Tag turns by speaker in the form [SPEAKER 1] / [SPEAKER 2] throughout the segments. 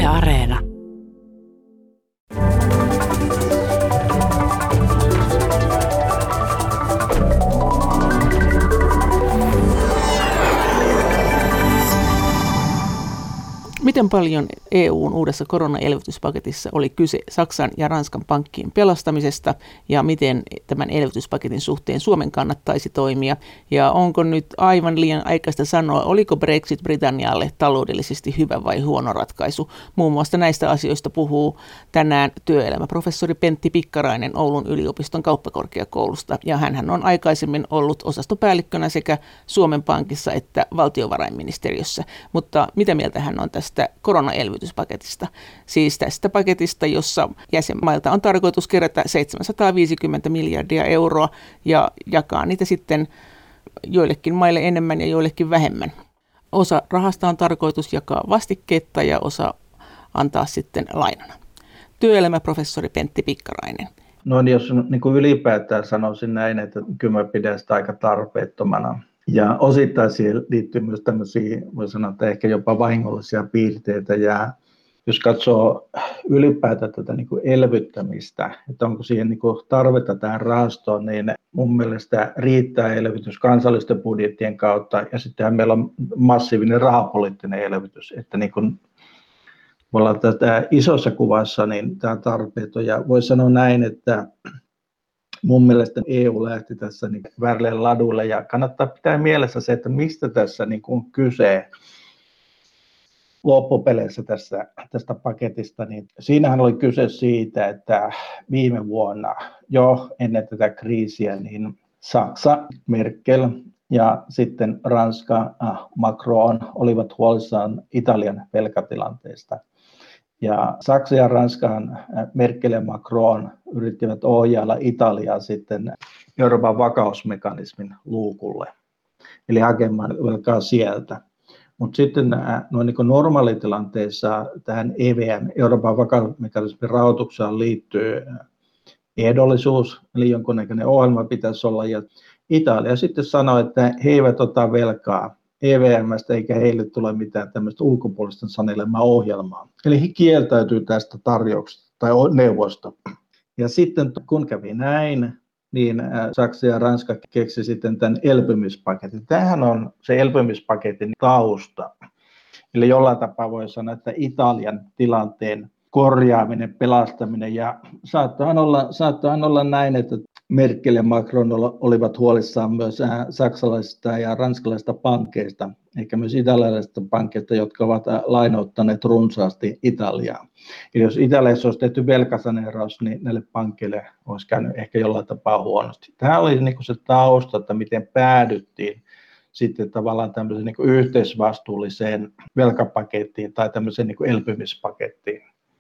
[SPEAKER 1] Yle Areena. Miten paljon EU:n uudessa koronaelvytyspaketissa oli kyse Saksan ja Ranskan pankkien pelastamisesta ja miten tämän elvytyspaketin suhteen Suomen kannattaisi toimia? Ja onko nyt aivan liian aikaista sanoa, oliko Brexit Britannialle taloudellisesti hyvä vai huono ratkaisu? Muun muassa näistä asioista puhuu tänään työelämäprofessori Pentti Pikkarainen Oulun yliopiston kauppakorkeakoulusta. Ja hänhän on aikaisemmin ollut osastopäällikkönä sekä Suomen Pankissa että valtiovarainministeriössä. Mutta mitä mieltä hän on tästä koronaelvytyspaketista? Siis tästä paketista, jossa jäsenmailta on tarkoitus kerätä 750 miljardia euroa ja jakaa niitä sitten joillekin maille enemmän ja joillekin vähemmän. Osa rahasta on tarkoitus jakaa vastikkeetta ja osa antaa sitten lainana. Työelämäprofessori Pentti Pikkarainen.
[SPEAKER 2] No niin, jos niin kuin ylipäätään sanoisin näin, että kyllä mä pidän sitä aika tarpeettomana. Ja osittain siihen liittyy myös tämmöisiä, voi sanoa, että ehkä jopa vahingollisia piirteitä. Ja jos katsoo ylipäätään tätä niin kuin elvyttämistä, että onko siihen niin kuin tarvetta tähän rahastoon, niin mun mielestä riittää elvytys kansallisten budjettien kautta. Ja sittenhän meillä on massiivinen rahapoliittinen elvytys, että niin kuin me ollaan tätä isossa kuvassa, niin tämä on tarpeeton. Ja voi sanoa näin, että mun mielestä EU lähti tässä niin väärälle ladulle ja kannattaa pitää mielessä se, että mistä tässä niin on kyse loppupeleissä tästä paketista. Niin siinähän oli kyse siitä, että viime vuonna jo ennen tätä kriisiä niin Saksa, Merkel ja sitten Ranska, Macron olivat huolissaan Italian velkatilanteesta. Ja Saksa ja Ranskan Merkel ja Macron yrittivät ohjailla Italiaa sitten Euroopan vakausmekanismin luukulle, eli hakemaan velkaa sieltä. Mutta sitten noin niin kuin normaalitilanteessa tähän EVM, Euroopan vakausmekanismin rahoitukseen liittyy ehdollisuus, eli jonkunnäköinen ohjelma pitäisi olla. Ja Italia sitten sanoi, että he eivät ota velkaa EVM:stä eikä heille tule mitään tämmöistä ulkopuolisten sanelemaa ohjelmaa. Eli he kieltäytyy tästä tarjouksesta tai neuvosta. Ja sitten kun kävi näin, niin Saksa ja Ranska keksi sitten tämän elpymispaketin. Tämähän on se elpymispaketin tausta. Eli jollain tapaa voi sanoa, että Italian tilanteen korjaaminen, pelastaminen. Ja saattoihan olla näin, että Merkel ja Macron olivat huolissaan myös saksalaisista ja ranskalaisista pankkeista, eikä myös italialaisista pankkeista, jotka ovat lainoittaneet runsaasti Italiaa. Eli jos Italiassa olisi tehty velkasaneeraus, niin näille pankkeille olisi käynyt ehkä jollain tapaa huonosti. Tämä oli niin kuin se tausta, että miten päädyttiin sitten tavallaan tämmöiseen niin kuin yhteisvastuulliseen velkapakettiin tai tämmöiseen niin kuin elpymispakettiin.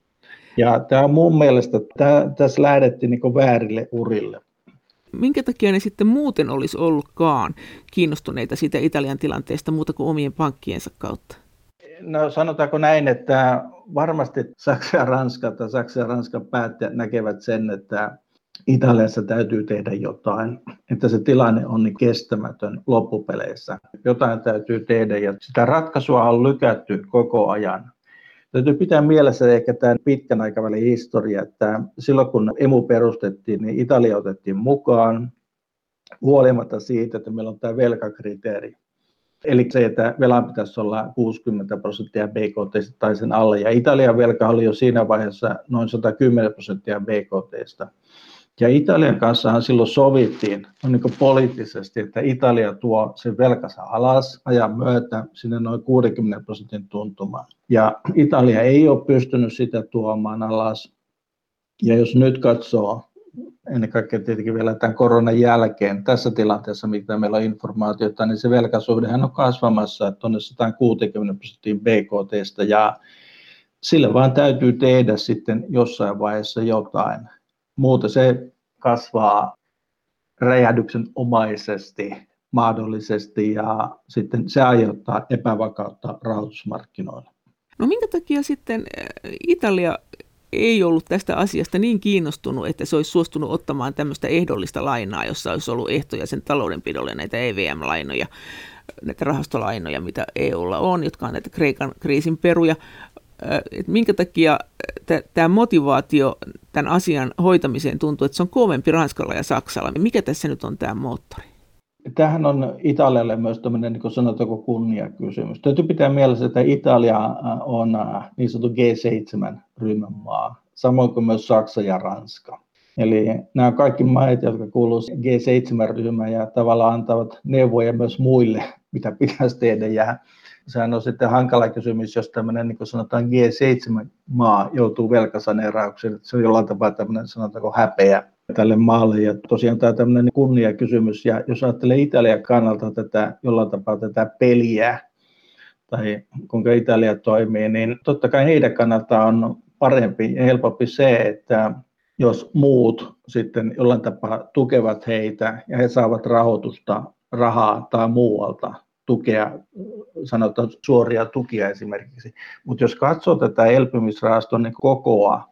[SPEAKER 2] Ja tämä mun mielestä tässä lähdettiin niin kuin väärille urille.
[SPEAKER 3] Minkä takia ne sitten muuten olisi ollutkaan kiinnostuneita siitä Italian tilanteesta muuta kuin omien pankkiensa kautta?
[SPEAKER 2] No sanotaanko näin, että varmasti Saksa ja Ranskan päättäjät näkevät sen, että Italiassa täytyy tehdä jotain, että se tilanne on niin kestämätön loppupeleissä. Jotain täytyy tehdä ja sitä ratkaisua on lykätty koko ajan. Täytyy pitää mielessä ehkä tämä pitkän aikavälin historia, että silloin kun EMU perustettiin, niin Italia otettiin mukaan huolimatta siitä, että meillä on tämä velkakriteeri. Eli se, että velan pitäisi olla 60% BKT tai sen alle. Ja Italian velka oli jo siinä vaiheessa noin 110% BKT:stä. Ja Italian kanssahan silloin sovittiin niin poliittisesti, että Italia tuo sen velkansa alas ajan myötä sinne noin 60% tuntumaan. Ja Italia ei ole pystynyt sitä tuomaan alas. Ja jos nyt katsoo, ennen kaikkea tietenkin vielä tämän koronan jälkeen, tässä tilanteessa, mitä meillä on informaatiota, niin se velkasuhdehan on kasvamassa tuonne 160% BKT:stä. Ja sillä vaan täytyy tehdä sitten jossain vaiheessa jotain. Muuten se kasvaa räjähdyksen omaisesti mahdollisesti ja sitten se aiheuttaa epävakautta rahoitusmarkkinoilla.
[SPEAKER 3] No minkä takia sitten Italia ei ollut tästä asiasta niin kiinnostunut, että se olisi suostunut ottamaan tämmöistä ehdollista lainaa, jossa olisi ollut ehtoja sen taloudenpidolle, näitä EVM-lainoja, näitä rahastolainoja, mitä EUlla on, jotka on näitä Kreikan kriisin peruja. että minkä takia tämä motivaatio tämän asian hoitamiseen tuntuu, että se on kovempi Ranskalla ja Saksalla. Mikä tässä nyt on tämä moottori?
[SPEAKER 2] Tämähän on Italialle myös tämmöinen, niin kuin sanotaanko, kunniakysymys. Täytyy pitää mielessä, että Italia on niin sanottu G7-ryhmän maa, samoin kuin myös Saksa ja Ranska. Eli nämä kaikki maat, jotka kuuluvat G7-ryhmään ja tavallaan antavat neuvoja myös muille, mitä pitäisi tehdä. Ja sehän on sitten hankala kysymys, jos tämmöinen, niin kuin sanotaan, G7-maa joutuu velkasaneeraukseen. Se on jollain tapaa tämmöinen, sanotaanko, häpeä tälle maalle. Ja tosiaan tämä tämmöinen kunniakysymys. Ja jos ajattelee Italian kannalta jollain tapaa tätä peliä, tai kuinka Italia toimii, niin totta kai heidän kannalta on parempi ja helpompi se, että jos muut sitten jollain tapaa tukevat heitä ja he saavat rahoitusta, rahaa tai muualta, tukea, sanotaan suoria tukia esimerkiksi. Mutta jos katsoo tätä elpymisrahaston niin kokoa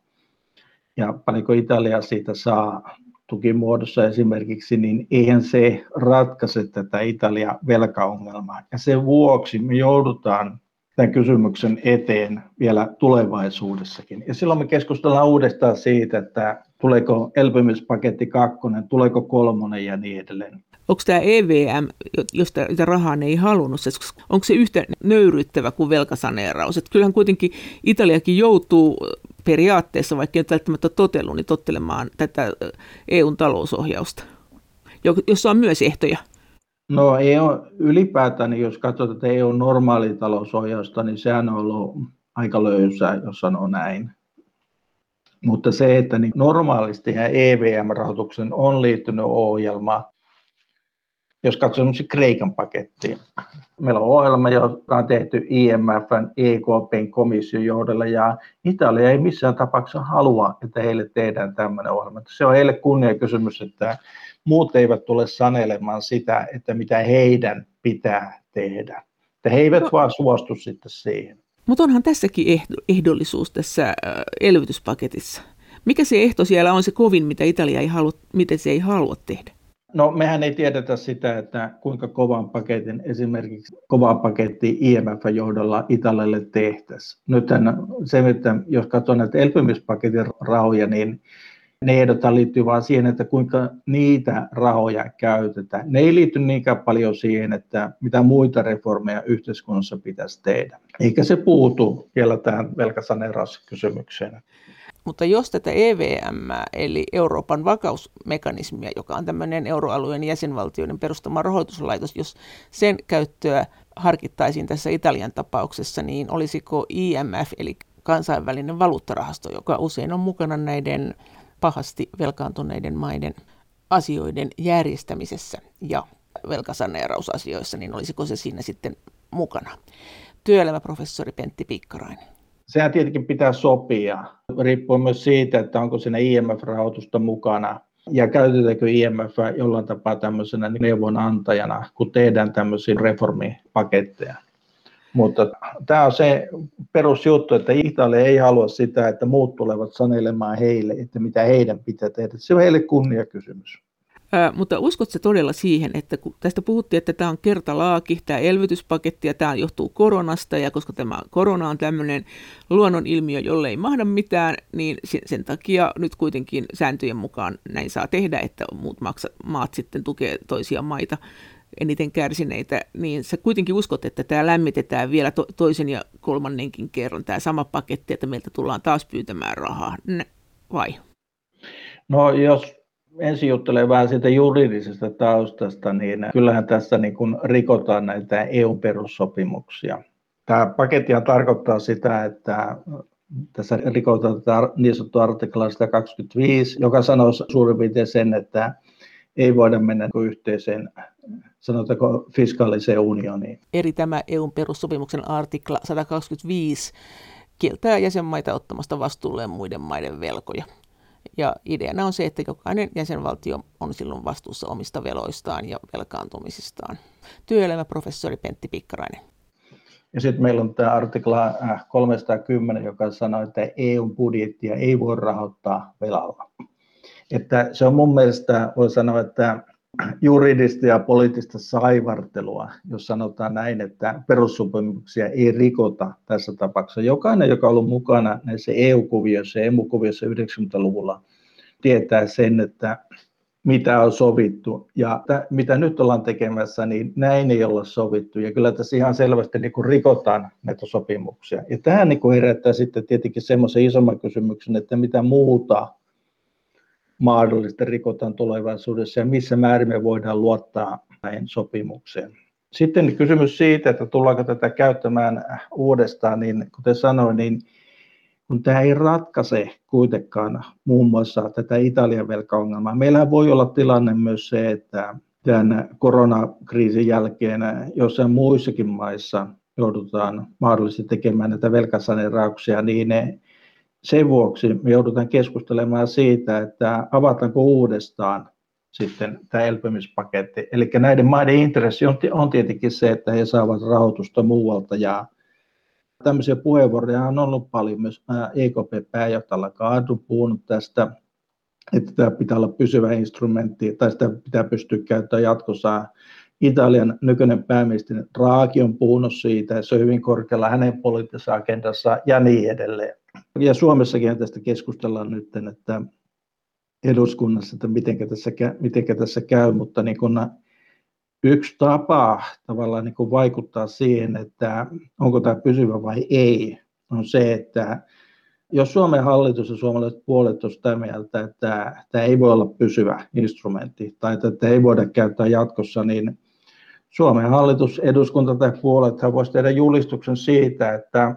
[SPEAKER 2] ja paljonko Italia siitä saa tukimuodossa esimerkiksi, niin eihän se ratkaise tätä Italian velkaongelmaa. Ja sen vuoksi me joudutaan tämän kysymyksen eteen vielä tulevaisuudessakin. Ja silloin me keskustellaan uudestaan siitä, että tuleeko elpymispaketti 2, tuleeko 3 ja niin edelleen.
[SPEAKER 3] Onko tämä EVM, josta rahaa ne ei halunnut, onko se yhtä nöyryyttävä kuin velkasaneeraus? Että kyllähän kuitenkin Italiakin joutuu periaatteessa, vaikka ei välttämättä totellut, niin tottelemaan tätä EUn talousohjausta, jossa on myös ehtoja.
[SPEAKER 2] No EU ylipäätään, niin jos katsotaan tätä EUn normaalia talousohjausta, niin sehän on ollut aika löysää, jos sanoo näin. Mutta se, että niin normaalisti EVM-rahoituksen on liittynyt ohjelma, jos katsotaan Kreikan pakettiin. Meillä on ohjelma, joka on tehty IMF:n, EKP:n komission johdolla, ja Italia ei missään tapauksessa halua, että heille tehdään tämmöinen ohjelma. Se on heille kunniakysymys, että muut eivät tule sanelemaan sitä, että mitä heidän pitää tehdä. Että he eivät vaan suostu sitten siihen.
[SPEAKER 3] Mutta onhan tässäkin ehdollisuus tässä elvytyspaketissa. Mikä se ehto siellä on se kovin, mitä Italia ei halua, miten se ei halua tehdä?
[SPEAKER 2] No mehän ei tiedetä sitä, että kuinka kovan paketin, esimerkiksi kova paketti IMF-johdolla Italialle tehtäisiin. Nythän se, että jos katsoo näitä elpymispaketin rahoja, niin ne ehdottaa liittyy vaan siihen, että kuinka niitä rahoja käytetään. Ne ei liity niinkään paljon siihen, että mitä muita reformeja yhteiskunnassa pitäisi tehdä. Eikä se puutu vielä tähän velkasaneerauskysymykseen.
[SPEAKER 1] Mutta jos tätä EVM, eli Euroopan vakausmekanismia, joka on tämmöinen euroalueen jäsenvaltioiden perustama rahoituslaitos, jos sen käyttöä harkittaisiin tässä Italian tapauksessa, niin olisiko IMF, eli kansainvälinen valuuttarahasto, joka usein on mukana näiden pahasti velkaantuneiden maiden asioiden järjestämisessä ja velkasaneerausasioissa, niin olisiko se siinä sitten mukana? Työelämäprofessori Pentti Pikkarainen.
[SPEAKER 2] Sehän tietenkin pitää sopia, riippuen myös siitä, että onko siinä IMF-rahoitusta mukana ja käytetäänkö IMF jollain tapaa tämmöisenä neuvonantajana, kun tehdään tämmöisiä reformipaketteja. Mutta tämä on se perusjuttu, että Italia ei halua sitä, että muut tulevat sanelemaan heille, että mitä heidän pitää tehdä. Se on heille kunniakysymys.
[SPEAKER 3] Mutta uskotko todella siihen, että kun tästä puhuttiin, että tämä on kertalaaki, tämä elvytyspaketti ja tämä johtuu koronasta ja koska tämä korona on tämmöinen luonnonilmiö, jolle ei mahda mitään, niin sen takia nyt kuitenkin sääntöjen mukaan näin saa tehdä, että muut maat sitten tukee toisia maita eniten kärsineitä, niin sä kuitenkin uskot, että tämä lämmitetään vielä toisen ja kolmannenkin kerran, tämä sama paketti, että meiltä tullaan taas pyytämään rahaa, vai?
[SPEAKER 2] No jos ensin juttelee vähän siitä juridisesta taustasta, niin kyllähän tässä niin kuin rikotaan näitä EU-perussopimuksia. Tämä pakettihan tarkoittaa sitä, että tässä rikotaan tätä niin sanottua artiklaa 125, joka sanoo suurin piirtein sen, että ei voida mennä yhteiseen, sanotaanko fiskaaliseen unioniin.
[SPEAKER 1] Eri tämä EUn perussopimuksen artikla 125 kieltää jäsenmaita ottamasta vastuulleen muiden maiden velkoja. Ja ideana on se, että jokainen jäsenvaltio on silloin vastuussa omista veloistaan ja velkaantumisistaan. Työelämäprofessori Pentti Pikkarainen.
[SPEAKER 2] Ja sitten meillä on tämä artikla 310, joka sanoo, että EUn budjettia ei voi rahoittaa velalla. Että se on mun mielestä, voi sanoa, että juridista ja poliittista saivartelua, jos sanotaan näin, että perussopimuksia ei rikota tässä tapauksessa. Jokainen, joka on ollut mukana näissä EU-kuvioissa ja EMU-kuvioissa 90-luvulla, tietää sen, että mitä on sovittu ja mitä nyt ollaan tekemässä, niin näin ei olla sovittu. Ja kyllä tässä ihan selvästi niin kuin rikotaan näitä sopimuksia. Ja tähän niin kuin herättää sitten tietenkin semmoisen isomman kysymyksen, että mitä muuta mahdollisesti rikotaan tulevaisuudessa ja missä määrin me voidaan luottaa näihin sopimukseen. Sitten kysymys siitä, että tullaanko tätä käyttämään uudestaan, niin kuten sanoin, niin kun tämä ei ratkaise kuitenkaan muun muassa tätä Italian velkaongelmaa. Meillä voi olla tilanne myös se, että tämän koronakriisin jälkeen jossain muissakin maissa joudutaan mahdollisesti tekemään näitä velkasaneerauksia, niin sen vuoksi me joudutaan keskustelemaan siitä, että avataanko uudestaan sitten tämä elpymispaketti. Eli näiden maiden intressi on tietenkin se, että he saavat rahoitusta muualta. Ja tämmöisiä puheenvuoroja on ollut paljon myös EKP-pääjohtajalla Lagarde puhunut tästä, että tämä pitää olla pysyvä instrumentti tai sitä pitää pystyä käyttämään jatkossa. Italian nykyinen pääministeri Draghi on puhunut siitä, että se on hyvin korkealla hänen poliittisessa agendassa ja niin edelleen. Ja Suomessakin tästä keskustellaan nyt, että eduskunnassa, että miten tässä käy, mutta niin kun yksi tapa tavallaan niin kun vaikuttaa siihen, että onko tämä pysyvä vai ei, on se, että jos Suomen hallitus ja suomalaiset puolet on sitä mieltä, että tämä ei voi olla pysyvä instrumentti tai että tätä ei voida käyttää jatkossa, niin Suomen hallitus, eduskunta tai puolet voisi tehdä julistuksen siitä, että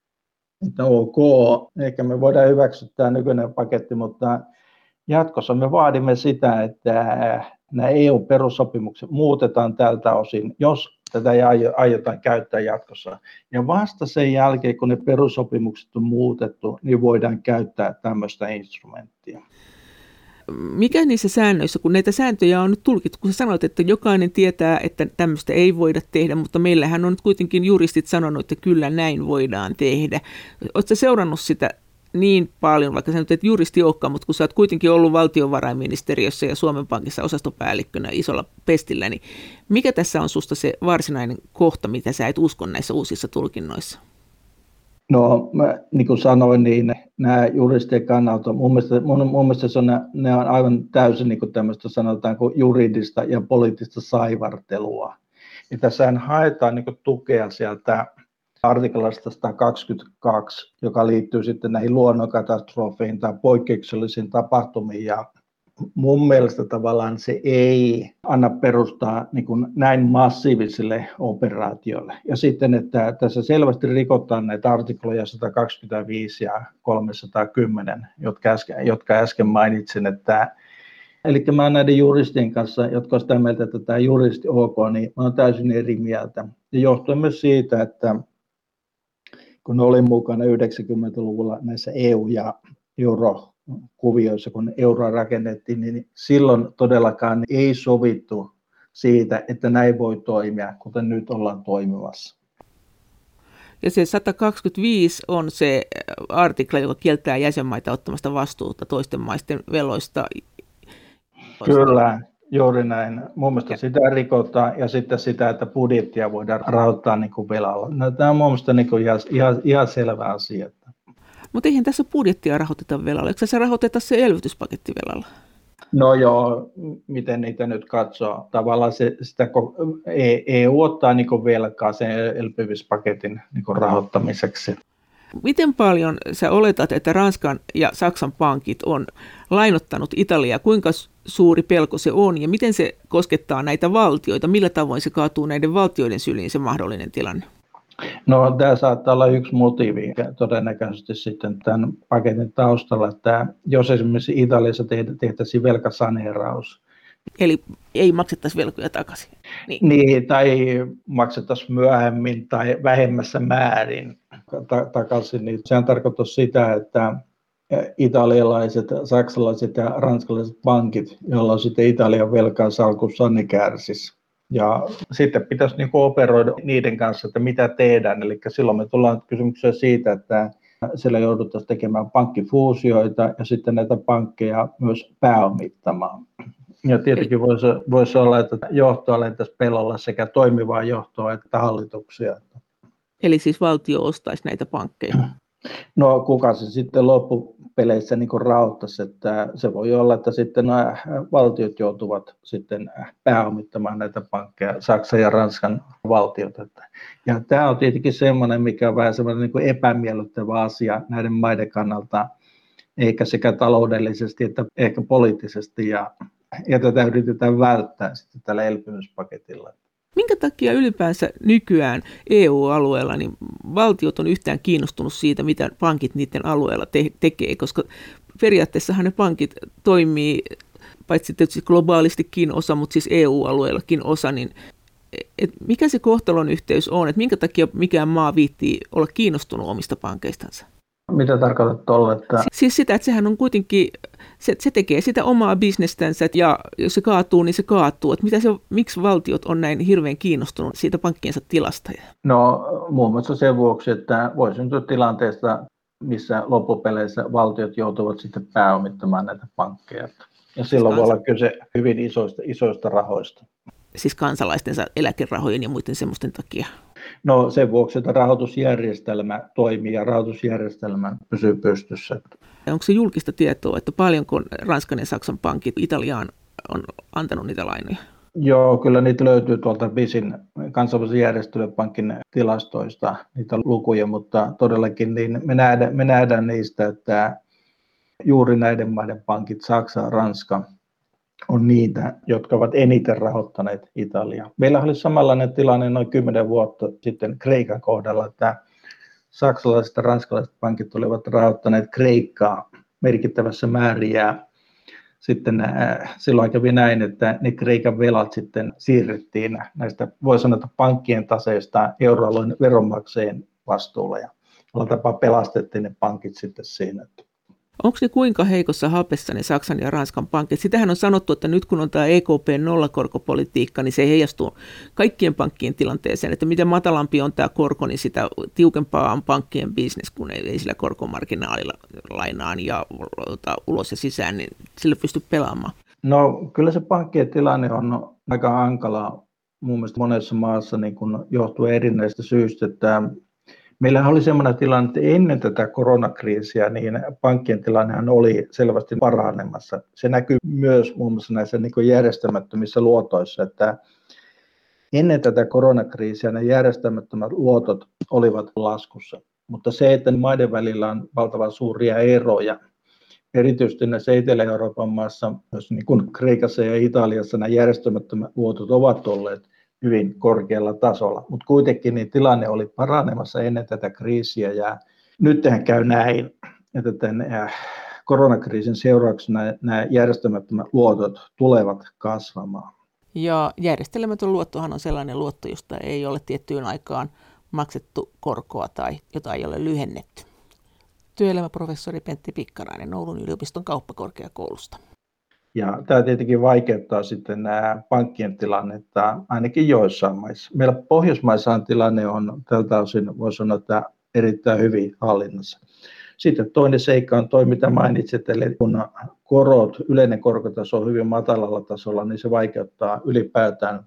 [SPEAKER 2] ok, eikä me voidaan hyväksyä tämä nykyinen paketti, mutta jatkossa me vaadimme sitä, että nämä EU-perussopimukset muutetaan tältä osin, jos tätä ei aiotaan käyttää jatkossa. Ja vasta sen jälkeen, kun ne perussopimukset on muutettu, niin voidaan käyttää tämmöistä instrumenttia.
[SPEAKER 3] Mikä niissä säännöissä, kun näitä sääntöjä on nyt tulkittu, kun sä sanoit, että jokainen tietää, että tämmöistä ei voida tehdä, mutta meillähän on nyt kuitenkin juristit sanonut, että kyllä näin voidaan tehdä. Oletko seurannut sitä niin paljon, vaikka sä nyt et juristi olekaan, mutta kun sä oot kuitenkin ollut valtiovarainministeriössä ja Suomen Pankissa osastopäällikkönä isolla pestillä, niin mikä tässä on susta se varsinainen kohta, mitä sä et usko näissä uusissa tulkinnoissa?
[SPEAKER 2] No, niin kuin sanoin, niin nämä juristien kannalta, mun mielestä ne on aivan täysin niin kuin tämmöistä sanotaanko juridista ja poliittista saivartelua. Ja tässähän haetaan niin kuin tukea sieltä artiklasta 122, joka liittyy sitten näihin luonnonkatastrofeihin tai poikkeuksellisiin tapahtumiin. Ja mun mielestä tavallaan se ei anna perustaa niin kuin näin massiivisille operaatioille. Ja sitten, että tässä selvästi rikotaan näitä artikloja 125 ja 310, jotka äsken mainitsin. Eli mä olen näiden juristien kanssa, jotka ovat sitä mieltä, että tämä juristi ok, niin mä olen täysin eri mieltä. Ja johtuen myös siitä, että kun olin mukana 90-luvulla näissä EU- ja eurokuvioissa, kun euroa rakennettiin, niin silloin todellakaan ei sovittu siitä, että näin voi toimia, kuten nyt ollaan toimimassa.
[SPEAKER 3] Ja se 125 on se artikla, joka kieltää jäsenmaita ottamasta vastuuta toisten maisten veloista.
[SPEAKER 2] Kyllä, juuri näin. Mun mielestä sitä rikotaan ja sitten sitä, että budjettia voidaan rahoittaa niin kuin velalla. No, tämä on mun mielestä niin kuin ihan selvä asia.
[SPEAKER 3] Mutta eihän tässä budjettia rahoiteta velalla. Eikö se rahoiteta se elvytyspaketti velalla?
[SPEAKER 2] No joo, miten niitä nyt katsoo. Tavallaan sitä EU ottaa niin kuin velkaa sen elpymispaketin niin kuin rahoittamiseksi.
[SPEAKER 3] Miten paljon sä oletat, että Ranskan ja Saksan pankit on lainottanut Italiaa? Kuinka suuri pelko se on ja miten se koskettaa näitä valtioita? Millä tavoin se kaatuu näiden valtioiden syliin se mahdollinen tilanne?
[SPEAKER 2] No tämä saattaa olla yksi motiivi todennäköisesti sitten tämän paketin taustalla, että jos esimerkiksi Italiassa tehtäisiin velkasaneeraus.
[SPEAKER 3] Eli ei maksettaisi velkoja takaisin.
[SPEAKER 2] Niin, tai maksettaisiin myöhemmin tai vähemmässä määrin takaisin. Niin sehän tarkoittaa sitä, että italialaiset, saksalaiset ja ranskalaiset pankit, joilla on sitten Italian velkaa salkussa, ne kärsisi. Ja sitten pitäisi niin kuin operoida niiden kanssa, että mitä tehdään. Eli silloin me tullaan kysymykseen siitä, että siellä jouduttaisiin tekemään pankkifuusioita ja sitten näitä pankkeja myös pääomittamaan. Ja tietenkin voisi olla, että johtoa lentäisi pelolla sekä toimivaa johtoa että hallituksia.
[SPEAKER 3] Eli siis valtio ostaisi näitä pankkeja?
[SPEAKER 2] No kuka se sitten loppupeleissä niin rahoittaisi, että se voi olla, että sitten nämä valtiot joutuvat sitten pääomittamaan näitä pankkeja, Saksan ja Ranskan valtiot. Ja tämä on tietenkin semmoinen, mikä on vähän semmoinen niin epämiellyttävä asia näiden maiden kannalta, eikä sekä taloudellisesti että ehkä poliittisesti, ja tätä yritetään välttää sitten tällä elpymispaketilla.
[SPEAKER 3] Minkä takia ylipäänsä nykyään EU-alueella niin valtiot on yhtään kiinnostunut siitä, mitä pankit niiden alueella tekee, koska periaatteessahan ne pankit toimii, paitsi tietysti globaalistikin osa, mutta siis EU-alueellakin osa, niin mikä se kohtalon yhteys on, että minkä takia mikään maa viittii olla kiinnostunut omista pankeistansa?
[SPEAKER 2] Mitä tarkoitat tuolla? Että...
[SPEAKER 3] Siis sitä, että sehän on kuitenkin, se tekee sitä omaa bisnestänsä, ja jos se kaatuu, niin se kaatuu. Että miksi valtiot on näin hirveän kiinnostunut siitä pankkiensa tilasta?
[SPEAKER 2] No muun muassa sen vuoksi, että voi syntyä tilanteesta, missä loppupeleissä valtiot joutuvat sitten pääomittamaan näitä pankkeja. Ja silloin voi olla kyse hyvin isoista rahoista.
[SPEAKER 3] Siis kansalaistensa eläkerahojen ja muiden semmoisten takia?
[SPEAKER 2] No sen vuoksi, että rahoitusjärjestelmä toimii ja rahoitusjärjestelmä pysyy pystyssä.
[SPEAKER 3] Onko se julkista tietoa, että paljonko Ranskan ja Saksan pankit Italiaan on antanut niitä lainoja?
[SPEAKER 2] Joo, kyllä niitä löytyy tuolta BISin kansainvälisen järjestelypankin tilastoista, niitä lukuja, mutta todellakin niin me nähdään niistä, että juuri näiden maiden pankit, Saksa ja Ranska, on niitä, jotka ovat eniten rahoittaneet Italiaa. Meillä oli samanlainen tilanne noin 10 vuotta sitten Kreikan kohdalla, että saksalaiset ja ranskalaiset pankit olivat rahoittaneet Kreikkaa merkittävässä määrin, ja sitten silloin kävi näin, että ne Kreikan velat sitten siirrettiin näistä, voi sanoa, pankkien taseista euroalueen veronmaksajien vastuulle, ja jolla tapaa pelastettiin ne pankit sitten siinä.
[SPEAKER 3] Onko ne kuinka heikossa hapessa ne Saksan ja Ranskan pankit? Sitähän on sanottu, että nyt kun on tämä EKP:n nollakorkopolitiikka, niin se heijastuu kaikkien pankkien tilanteeseen, että mitä matalampi on tämä korko, niin sitä tiukempaa on pankkien bisnes, kun ei sillä korkomarginaalilla lainaan ja ulos ja sisään, niin sillä pystyy pelaamaan.
[SPEAKER 2] No kyllä se pankkien tilanne on aika hankala mun mielestä monessa maassa niin kun johtuu erinäistä syistä, että meillähän oli sellainen tilanne, että ennen tätä koronakriisiä niin pankkien tilannehan oli selvästi paranemassa. Se näkyy myös muun muassa näissä niin järjestämättömissä luotoissa, että ennen tätä koronakriisiä ne järjestämättömät luotot olivat laskussa. Mutta se, että maiden välillä on valtavan suuria eroja, erityisesti näissä Etelä-Euroopan maissa, myös niin kuin Kreikassa ja Italiassa nämä järjestämättömät luotot ovat olleet hyvin korkealla tasolla, mutta kuitenkin niin tilanne oli paranemassa ennen tätä kriisiä, ja nyt käy näin, että tämän koronakriisin seurauksena nämä järjestämättömät luotot tulevat kasvamaan.
[SPEAKER 1] Ja järjestelemätön luottohan on sellainen luotto, josta ei ole tiettyyn aikaan maksettu korkoa tai jota ei ole lyhennetty. Työelämäprofessori Pentti Pikkarainen Oulun yliopiston kauppakorkeakoulusta.
[SPEAKER 2] Ja tämä tietenkin vaikeuttaa sitten nämä pankkien tilannetta ainakin joissain maissa. Meillä Pohjoismaissahan tilanne on tältä osin, voi sanoa, että erittäin hyvin hallinnassa. Sitten toinen seikka on toi, mitä mainitsit, eli kun yleinen korkotaso on hyvin matalalla tasolla, niin se vaikeuttaa ylipäätään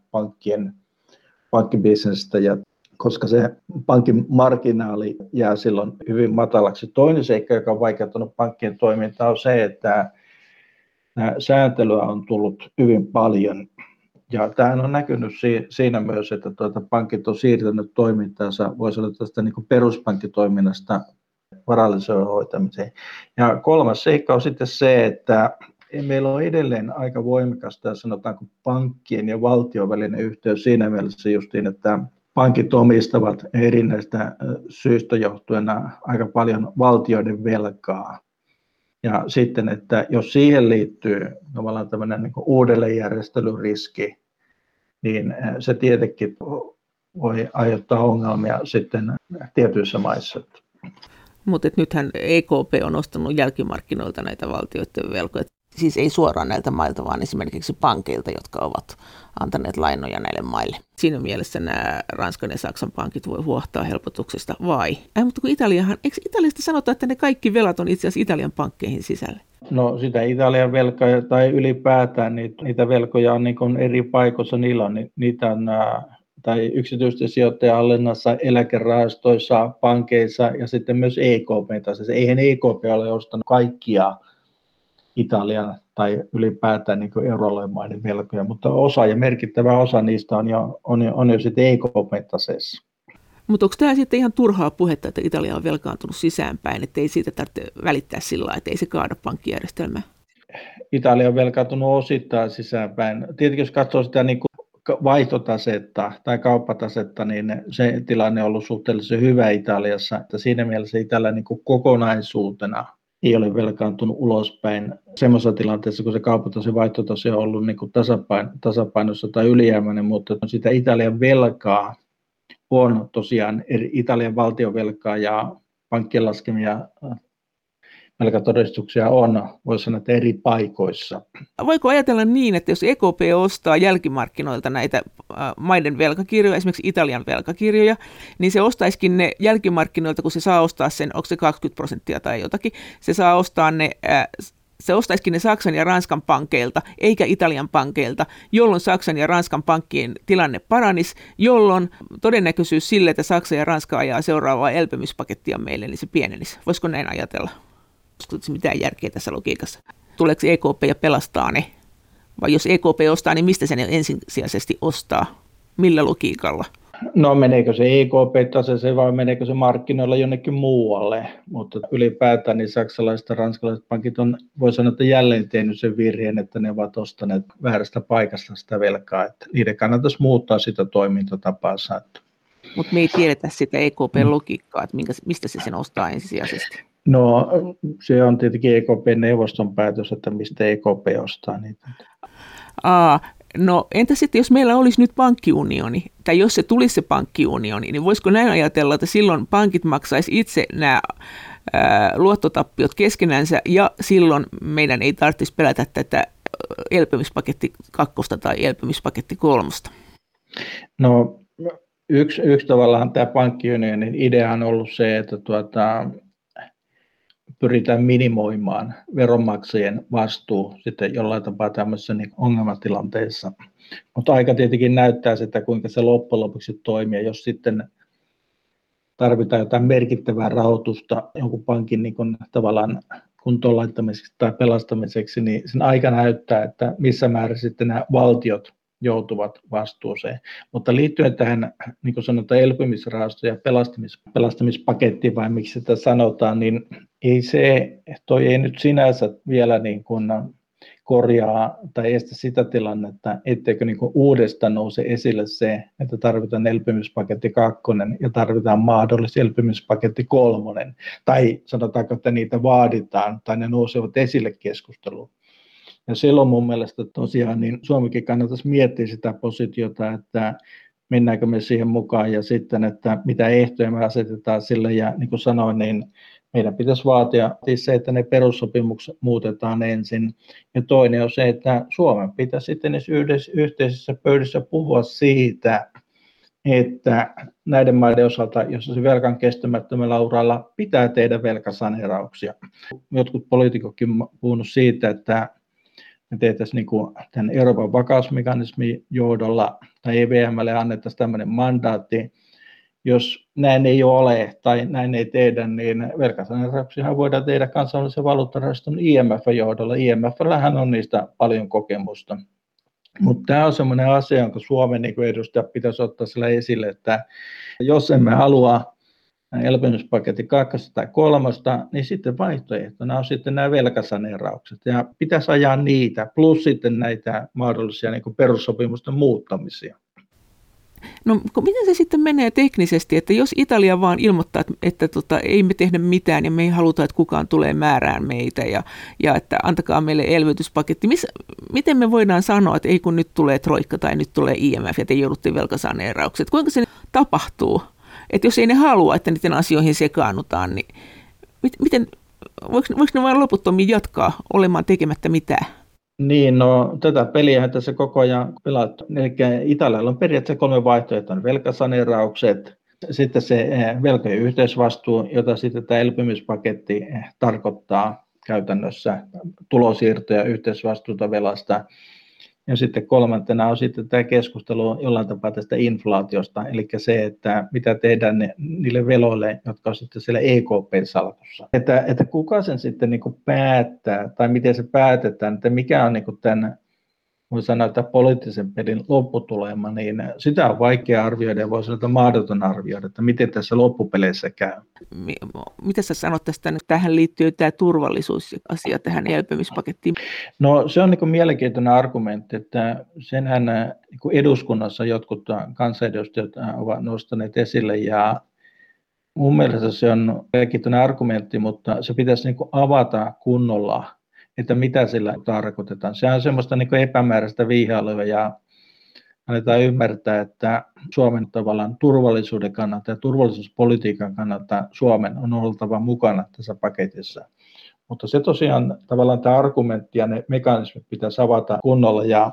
[SPEAKER 2] pankkibisnestä, ja koska se pankin marginaali jää silloin hyvin matalaksi. Toinen seikka, joka on vaikeuttanut pankkien toimintaa, on se, että sääntelyä on tullut hyvin paljon, ja tämähän on näkynyt siinä myös, että pankit on siirtänyt toimintaansa, voisi olla tästä niin kuin peruspankkitoiminnasta varallisuuden hoitamiseen. Ja kolmas seikka on sitten se, että meillä on edelleen aika voimakasta, sanotaanko pankkien ja valtion välinen yhteys siinä mielessä justiin, että pankit omistavat erinäistä syistä johtuen aika paljon valtioiden velkaa. Ja sitten, että jos siihen liittyy tavallaan tämmöinen niin kuin uudelleenjärjestelyriski, niin se tietenkin voi aiheuttaa ongelmia sitten tietyissä maissa.
[SPEAKER 3] Mutta nythän EKP on ostanut jälkimarkkinoilta näitä valtioiden velkoja.
[SPEAKER 1] Siis ei suoraan näiltä mailta, vaan esimerkiksi pankeilta, jotka ovat antaneet lainoja näille maille.
[SPEAKER 3] Siinä mielessä nämä Ranskan ja Saksan pankit voi huohtaa helpotuksesta, vai? Mutta kun eikö Italiasta sanotaan, että ne kaikki velat on itse asiassa Italian pankkeihin sisällä?
[SPEAKER 2] No sitä Italian velkaa tai ylipäätään niitä velkoja on niin kuin eri paikoissa, niitä on tai yksityisten sijoittajien hallinnassa, eläkerahastoissa, pankeissa ja sitten myös EKP. Siis eihän EKP ole ostanut kaikkia Italian tai ylipäätään niin euroalueen maiden velkoja, mutta osa ja merkittävä osa niistä on jo sitten EKP-taseessa.
[SPEAKER 3] Mutta onko tämä sitten ihan turhaa puhetta, että Italia on velkaantunut sisäänpäin, että ei siitä tarvitse välittää sillä lailla, että ei se kaada pankkijärjestelmää?
[SPEAKER 2] Italia on velkaantunut osittain sisäänpäin. Tietenkin jos katsoo sitä niin kuin vaihtotasetta tai kauppatasetta, niin se tilanne on ollut suhteellisen hyvä Italiassa. Että siinä mielessä Italia niin kuin kokonaisuutena ei ole velkaantunut ulospäin semmoisessa tilanteessa, kun se kauppatase vaihtotase on ollut niin kuin tasapainossa tai ylijäämäinen, mutta sitä Italian velkaa on tosiaan Italian valtionvelkaa ja pankkien laskemia velkatodistuksia on, voisi sanoa, että eri paikoissa.
[SPEAKER 3] Voiko ajatella niin, että jos EKP ostaa jälkimarkkinoilta näitä maiden velkakirjoja, esimerkiksi Italian velkakirjoja, niin se ostaisikin ne jälkimarkkinoilta, kun se saa ostaa sen, onko se 20% tai jotakin, se ostaisikin ne Saksan ja Ranskan pankeilta, eikä Italian pankeilta, jolloin Saksan ja Ranskan pankkien tilanne paranisi, jolloin todennäköisyys sille, että Saksa ja Ranska ajaa seuraavaa elpymispakettia meille, niin se pienenisi. Voisiko näin ajatella? Olisiko mitään järkeä tässä logiikassa? Tuleeko EKP ja pelastaa ne? Vai jos EKP ostaa, niin mistä se ne ensisijaisesti ostaa? Millä logiikalla?
[SPEAKER 2] No meneekö se EKP-taseeseen vai meneekö se markkinoilla jonnekin muualle? Mutta ylipäätään niin saksalaiset ja ranskalaiset pankit on, voi sanoa, että jälleen tehnyt sen virheen, että ne ovat ostaneet väärästä paikasta sitä velkaa. Että niiden kannattaisi muuttaa sitä toimintatapaansa.
[SPEAKER 3] Mutta me ei tiedetä sitä EKP-logiikkaa, että mistä se sen ostaa ensisijaisesti.
[SPEAKER 2] No se on tietenkin EKP-neuvoston päätös, että mistä EKP ostaa niitä.
[SPEAKER 3] No entä sitten, jos meillä olisi nyt pankkiunioni, tai jos se tulisi se pankkiunioni, niin voisiko näin ajatella, että silloin pankit maksaisi itse nämä luottotappiot keskenänsä, ja silloin meidän ei tarvitsisi pelätä tätä elpymispaketti 2 tai elpymispaketti 3?
[SPEAKER 2] No yksi tavallaan tämä pankkiunionin idea on ollut se, että pyritään minimoimaan veronmaksajien vastuu sitten jollain tapaa tämmöisessä niin ongelmatilanteessa. Mutta aika tietenkin näyttää sitä, kuinka se loppujen lopuksi toimii, jos sitten tarvitaan jotain merkittävää rahoitusta jonkun pankin niin kun, tavallaan kuntoon laittamiseksi tai pelastamiseksi, niin sen aika näyttää, että missä määrin sitten nämä valtiot joutuvat vastuuseen. Mutta liittyen tähän, niin kuin sanotaan, elpymisrahasto ja pelastamispakettiin, vai miksi sitä sanotaan, niin toi ei nyt sinänsä vielä niin kuin korjaa tai estä sitä tilannetta, etteikö niin kuin uudestaan nouse esille se, että tarvitaan elpymispaketti 2 ja tarvitaan mahdollisesti elpymispaketti 3, tai sanotaanko, että niitä vaaditaan tai ne nousevat esille keskusteluun. Ja silloin mun mielestä tosiaan niin Suomikin kannattaisi miettiä sitä positiota, että mennäänkö me siihen mukaan ja sitten, että mitä ehtoja me asetetaan sille. Ja niin kuin sanoin, niin meidän pitäisi vaatia se, että ne perussopimukset muutetaan ensin. Ja toinen on se, että Suomen pitäisi sitten yhteisissä pöydissä puhua siitä, että näiden maiden osalta, jos se velkan kestämättömällä uralla, pitää tehdä velkasaneerauksia. Jotkut poliitikotkin ovat puhuneet siitä, että me tehtäisiin niin kuin tämän Euroopan vakausmekanismin johdolla tai EVM:lle annettaisiin tämmöinen mandaatti. Jos näin ei ole tai näin ei tehdä, niin velkasaneerauksia voidaan tehdä kansainvälisen valuuttarahaston IMF:n johdolla. IMF:llähän on niistä paljon kokemusta. Mutta tämä on semmoinen asia, jonka Suomen niin edustaja pitäisi ottaa sillä esille, että jos emme halua elpymispaketti 2 tai 3, niin sitten vaihtoehtona on sitten nämä velkasaneeraukset. Ja pitäisi ajaa niitä, plus sitten näitä mahdollisia niin kuin perussopimusten muuttamisia.
[SPEAKER 3] No miten se sitten menee teknisesti, että jos Italia vaan ilmoittaa, että ei me tehdä mitään ja me ei haluta, että kukaan tulee määrään meitä ja että antakaa meille elvytyspaketti. Miten me voidaan sanoa, että ei kun nyt tulee Troikka tai nyt tulee IMF ja te joudutte velkasaneeraukset? Kuinka se tapahtuu? Että jos ei ne halua, että niiden asioihin sekaannutaan, niin voiko ne vain loputtomiin jatkaa olemaan tekemättä mitään?
[SPEAKER 2] Niin, no tätä peliähän tässä koko ajan pelattu. Eli Italialla on periaatteessa 3 vaihtoehtoa: velkasaneeraukset, sitten se velkojen yhteisvastuu, jota sitten tämä elpymispaketti tarkoittaa käytännössä tulosiirtoja, yhteisvastuuta velasta. Ja sitten kolmantena on sitten tämä keskustelu jollain tapaa tästä inflaatiosta, eli se, että mitä tehdään niille veloille, jotka on sitten siellä EKP-salkussa. Että kuka sen sitten niin kuin päättää, tai miten se päätetään, että mikä on niin kuin tämän, voi sanoa, että poliittisen pelin lopputulema, niin sitä on vaikea arvioida ja voi sanoa, että mahdoton arvioida, että miten tässä loppupeleissä käy.
[SPEAKER 3] Mitä sä sanot tästä? Tähän liittyy tämä turvallisuusasia tähän elpymispakettiin.
[SPEAKER 2] No se on niin kuin mielenkiintoinen argumentti, että senhän niin kuin eduskunnassa jotkut kansanedustajat ovat nostaneet esille ja mun mielestä se on mielenkiintoinen argumentti, mutta se pitäisi niin kuin avata kunnolla, että mitä sillä tarkoitetaan. Se on semmoista niin kuin epämääräistä viihailua ja annetaan ymmärtää, että Suomen tavallaan turvallisuuden kannalta ja turvallisuuspolitiikan kannalta Suomen on oltava mukana tässä paketissa. Mutta se tosiaan tavallaan tämä argumentti ja ne mekanismit pitäisi avata kunnolla ja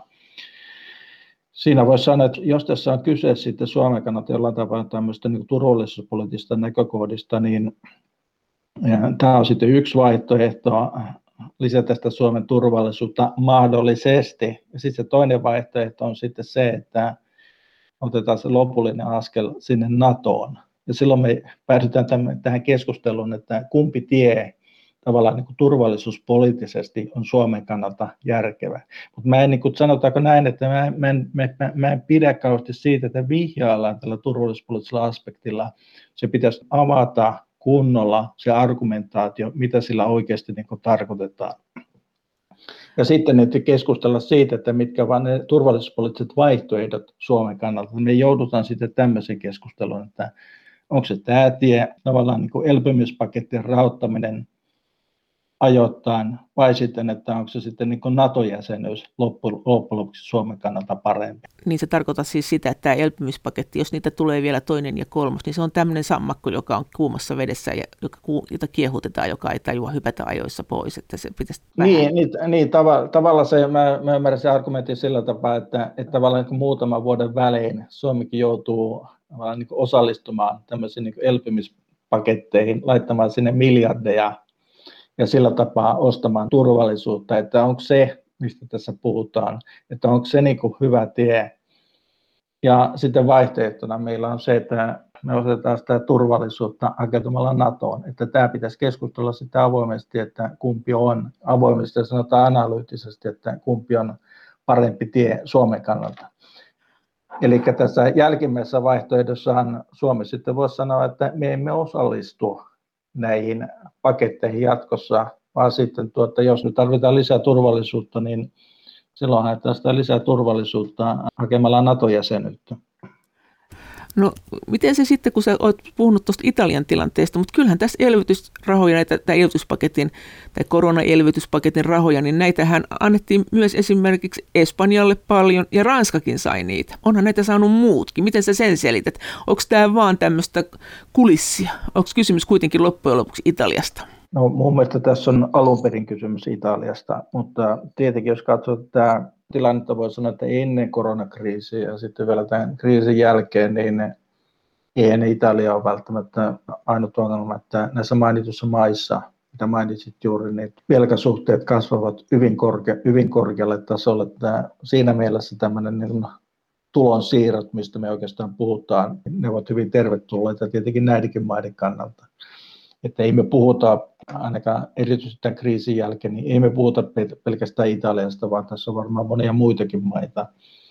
[SPEAKER 2] siinä voisi sanoa, että jos tässä on kyse sitten Suomen kannalta jollain tavalla tämmöistä niin turvallisuuspoliittisesta näkökohdista, niin tämä on sitten yksi vaihtoehto lisätä sitä Suomen turvallisuutta mahdollisesti. Ja sitten se toinen vaihtoehto on sitten se, että otetaan se lopullinen askel sinne NATOon. Ja silloin me päädytään tähän keskusteluun, että kumpi tie tavallaan niin kuin turvallisuuspoliittisesti on Suomen kannalta järkevä. Mutta mä en, niin kuin sanotaanko näin, että mä en pidä kauheasti siitä, että vihjaillaan tällä turvallisuuspoliittisella aspektilla. Se pitäisi avata kunnolla se argumentaatio, mitä sillä oikeasti niin kuin tarkoitetaan. Ja sitten nyt keskustella siitä, että mitkä ovat ne turvallisuuspoliittiset vaihtoehdot Suomen kannalta. Me joudutaan sitten tämmöiseen keskusteluun, että onko se tämä tie, tavallaan niin kuin elpymispakettien rahoittaminen ajoittain, vai sitten, että onko se sitten niin kuin NATO-jäsenyys loppujen lopuksi Suomen kannalta parempi.
[SPEAKER 3] Niin se tarkoittaa siis sitä, että tämä elpymispaketti, jos niitä tulee vielä toinen ja kolmas, niin se on tämmöinen sammakko, joka on kuumassa vedessä ja jota kiehutetaan, joka ei tajua hypätä ajoissa pois. Että se pitäisi
[SPEAKER 2] niin tavallaan se, mä ymmärrän sen argumentin sillä tapaa, että tavallaan niin muutaman vuoden välein Suomikin joutuu niin osallistumaan tämmöisiin niin elpymispaketteihin, laittamaan sinne miljardeja, ja sillä tapaa ostamaan turvallisuutta, että onko se, mistä tässä puhutaan, että onko se niin kuin hyvä tie. Ja sitten vaihtoehtona meillä on se, että me otetaan sitä turvallisuutta hakeutumalla NATOon, että tämä pitäisi keskustella sitä avoimesti, että kumpi on avoimesti ja sanotaan analyyttisesti, että kumpi on parempi tie Suomen kannalta. Eli tässä jälkimmäisessä vaihtoehdossahan Suomi sitten voisi sanoa, että me emme osallistu näihin paketteihin jatkossa, vaan sitten jos nyt tarvitaan lisää turvallisuutta, niin silloin haetaan sitä lisää turvallisuutta hakemalla NATO-jäsenyyttä.
[SPEAKER 3] No miten se sitten, kun sä olet puhunut tuosta Italian tilanteesta, mutta kyllähän tässä elvytysrahoja, tai elvytyspaketin tai koronaelvytyspaketin rahoja, niin näitähän annettiin myös esimerkiksi Espanjalle paljon ja Ranskakin sai niitä. Onhan näitä saanut muutkin. Miten sä sen selität? Onko tämä vaan tämmöistä kulissia? Onko kysymys kuitenkin loppujen lopuksi Italiasta?
[SPEAKER 2] No mun mielestä tässä on alun perin kysymys Italiasta, mutta tietenkin jos katsoo tämä tilannetta, voi sanoa, että ennen koronakriisiä ja sitten vielä tämän kriisin jälkeen, niin eihän Italia ole välttämättä ainut ongelma, että näissä mainituissa maissa, mitä mainitsit juuri, niin velkasuhteet kasvavat hyvin korkealle tasolle. Että siinä mielessä tämmöinen niin tulonsiirrot, mistä me oikeastaan puhutaan, ne ovat hyvin tervetulleita tietenkin näidenkin maiden kannalta. Että ei me puhuta ainakaan erityisesti tämän kriisin jälkeen, niin ei me puhuta pelkästään Italiasta, vaan tässä on varmaan monia muitakin maita,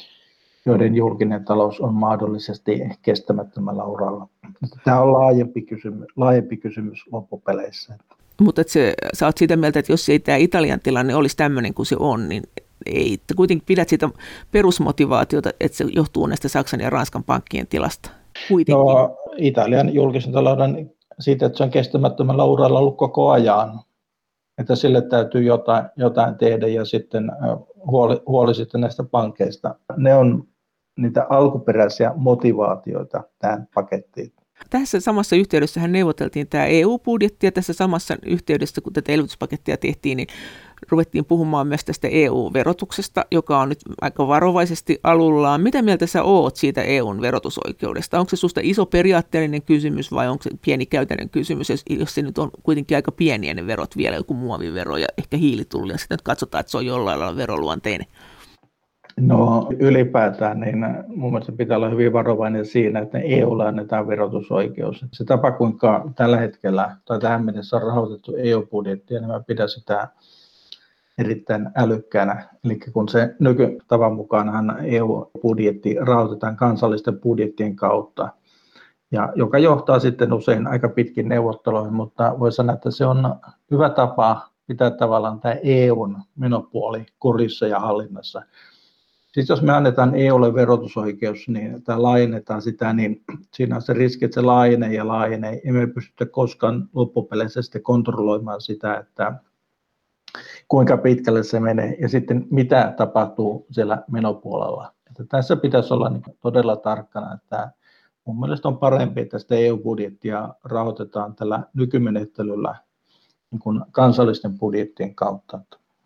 [SPEAKER 2] joiden talous on mahdollisesti kestämättömällä uralla. Tämä on laajempi kysymys loppupeleissä.
[SPEAKER 3] Mutta sä oot siitä mieltä, että jos ei tämä Italian tilanne olisi tämmöinen kuin se on, niin ei, kuitenkin pidät sitä perusmotivaatiota, että se johtuu näistä Saksan ja Ranskan pankkien tilasta kuitenkin.
[SPEAKER 2] No, Italian julkisen talouden siitä, että se on kestämättömällä uralla ollut koko ajan, että sille täytyy jotain tehdä ja sitten huoli sitten näistä pankeista. Ne on niitä alkuperäisiä motivaatioita tähän pakettiin.
[SPEAKER 3] Tässä samassa yhteydessähän neuvoteltiin tämä EU-budjetti ja tässä samassa yhteydessä, kun tätä elvytyspakettia tehtiin, niin ruvettiin puhumaan myös tästä EU-verotuksesta, joka on nyt aika varovaisesti alullaan. Mitä mieltä sä oot siitä EUn verotusoikeudesta? Onko se susta iso periaatteellinen kysymys vai onko se pieni käytännön kysymys, jos se nyt on kuitenkin aika pieniä ne verot vielä, joku muovivero ja ehkä hiilitulli, ja sitten katsotaan, että se on jollain lailla veroluonteinen?
[SPEAKER 2] No ylipäätään niin mun mielestä pitää olla hyvin varovainen siinä, että EU:lle annetaan verotusoikeus. Se tapa, kuinka tällä hetkellä tai tähän mennessä on rahoitettu EU-budjettia, niin mä pidän sitä erittäin älykkäänä. Eli kun se nykytavan mukaanhan EU-budjetti rahoitetaan kansallisten budjettien kautta, ja joka johtaa sitten usein aika pitkin neuvotteluihin, mutta voi sanoa, että se on hyvä tapa pitää tavallaan tämä EUn menopuoli kurissa ja hallinnassa. Sitten jos me annetaan EUlle verotusoikeus, niin tai laajennetaan sitä, niin siinä on se riski, että se laajenee. Emme pysty koskaan loppupeleissä sitten kontrolloimaan sitä, että kuinka pitkälle se menee ja sitten mitä tapahtuu siellä menopuolella. Että tässä pitäisi olla niin todella tarkkana, että mun mielestä on parempi, että sitä EU-budjettia rahoitetaan tällä nykymenettelyllä niin kuin kansallisten budjettien kautta.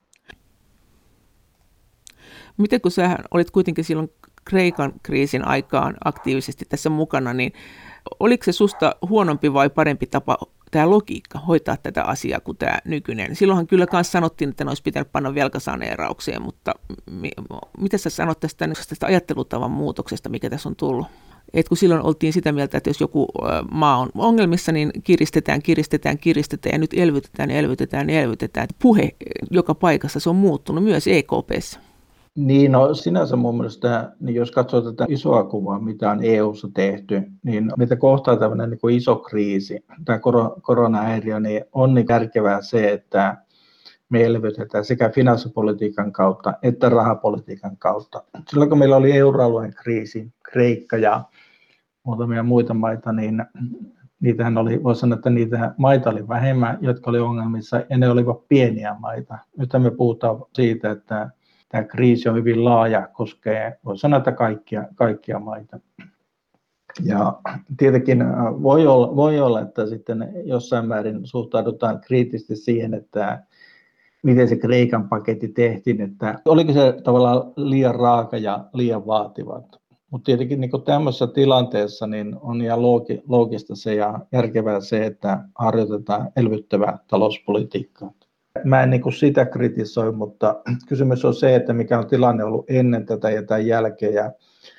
[SPEAKER 3] Miten kun sä olit kuitenkin silloin Kreikan kriisin aikaan aktiivisesti tässä mukana, niin oliko se susta huonompi vai parempi tapa tämä logiikka hoitaa tätä asiaa kuin tämä nykyinen? Silloinhan kyllä myös sanottiin, että ne olisi pitänyt panna velkasaneeraukseen, mutta mitä sä sanot tästä ajattelutavan muutoksesta, mikä tässä on tullut? Et kun silloin oltiin sitä mieltä, että jos joku maa on ongelmissa, niin kiristetään ja nyt elvytetään. Puhe joka paikassa, se on muuttunut myös EKP:ssä.
[SPEAKER 2] Niin, no sinänsä mun mielestä, niin jos katsoo tätä isoa kuvaa, mitä on EU:ssa tehty, niin mitä kohtaa tämmöinen niin kuin iso kriisi, tämä koronahäiriö, niin on niin järkevää se, että me elvytetään sekä finanssipolitiikan kautta että rahapolitiikan kautta. Silloin kun meillä oli euroalueen kriisi, Kreikka ja muutamia muita maita, niin niitähän oli, voisi sanoa, että niitä maita oli vähemmän, jotka oli ongelmissa, ja ne olivat pieniä maita. Nyt me puhutaan siitä, että tämä kriisi on hyvin laaja, koskee, voisi sanoa, että kaikkia maita. Ja tietenkin voi olla, että sitten jossain määrin suhtaudutaan kriittisesti siihen, että miten se Kreikan paketti tehtiin, että oliko se tavallaan liian raaka ja liian vaativa. Mutta tietenkin niin tämmöisessä tilanteessa niin on ihan loogista se ja järkevää se, että harjoitetaan elvyttävää talouspolitiikkaa. Mä en niin sitä kritisoi, mutta kysymys on se, että mikä on tilanne ollut ennen tätä ja tämän jälkeen ja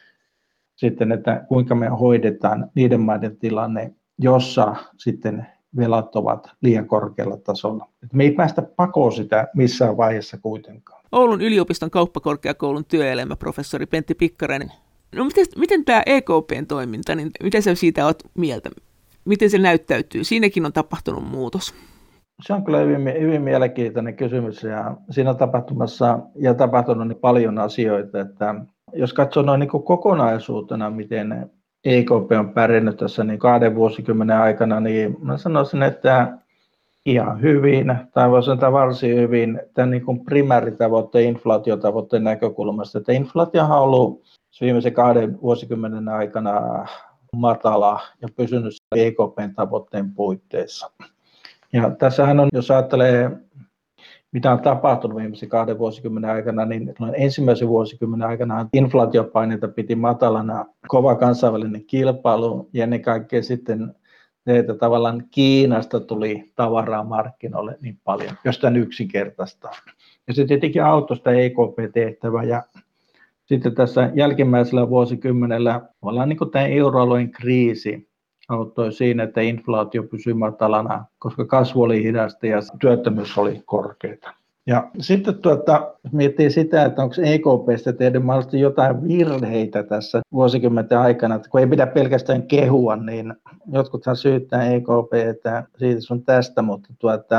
[SPEAKER 2] sitten, että kuinka me hoidetaan niiden maiden tilanne, jossa sitten velat ovat liian korkealla tasolla. Et me ei päästä pakoon sitä missään vaiheessa kuitenkaan.
[SPEAKER 3] Oulun yliopiston kauppakorkeakoulun työelämäprofessori Pentti Pikkarainen. No miten tämä EKPn toiminta, niin mitä sä siitä olet mieltä? Miten se näyttäytyy? Siinäkin on tapahtunut muutos.
[SPEAKER 2] Se on kyllä hyvin mielenkiintoinen kysymys ja siinä on tapahtunut niin paljon asioita, että jos katsoo noin niin kuin kokonaisuutena, miten EKP on pärjännyt tässä niin 2 vuosikymmenen aikana, niin mä sanoisin, että ihan hyvin, tai voisi sanoa varsin hyvin, tämän niin kuin primääritavoitteen, inflaatiotavoitteen näkökulmasta, että inflaatiohan on ollut viimeisen 2 vuosikymmenen aikana matala ja pysynyt EKPn tavoitteen puitteissa. Ja tässähän on, jos ajattelee, mitä on tapahtunut viimeisen 2 vuosikymmenen aikana, niin ensimmäisen vuosikymmenen aikana inflaatiopaineita piti matalana, kova kansainvälinen kilpailu ja ennen kaikkea sitten että tavallaan Kiinasta tuli tavaraa markkinoille niin paljon, jostain yksinkertaista. Ja se tietenkin auttoi sitä EKP-tehtävää ja sitten tässä jälkimmäisellä vuosikymmenellä ollaan niin kuin tämä euroalueen kriisi auttoi siinä, että inflaatio pysyi matalana, koska kasvu oli hidasta ja työttömyys oli korkeata. Ja sitten miettii sitä, että onko EKP:stä tehnyt mahdollisesti jotain virheitä tässä vuosikymmenten aikana, että kun ei pidä pelkästään kehua, niin jotkuthan syyttää EKP:tä siitä sun tästä, mutta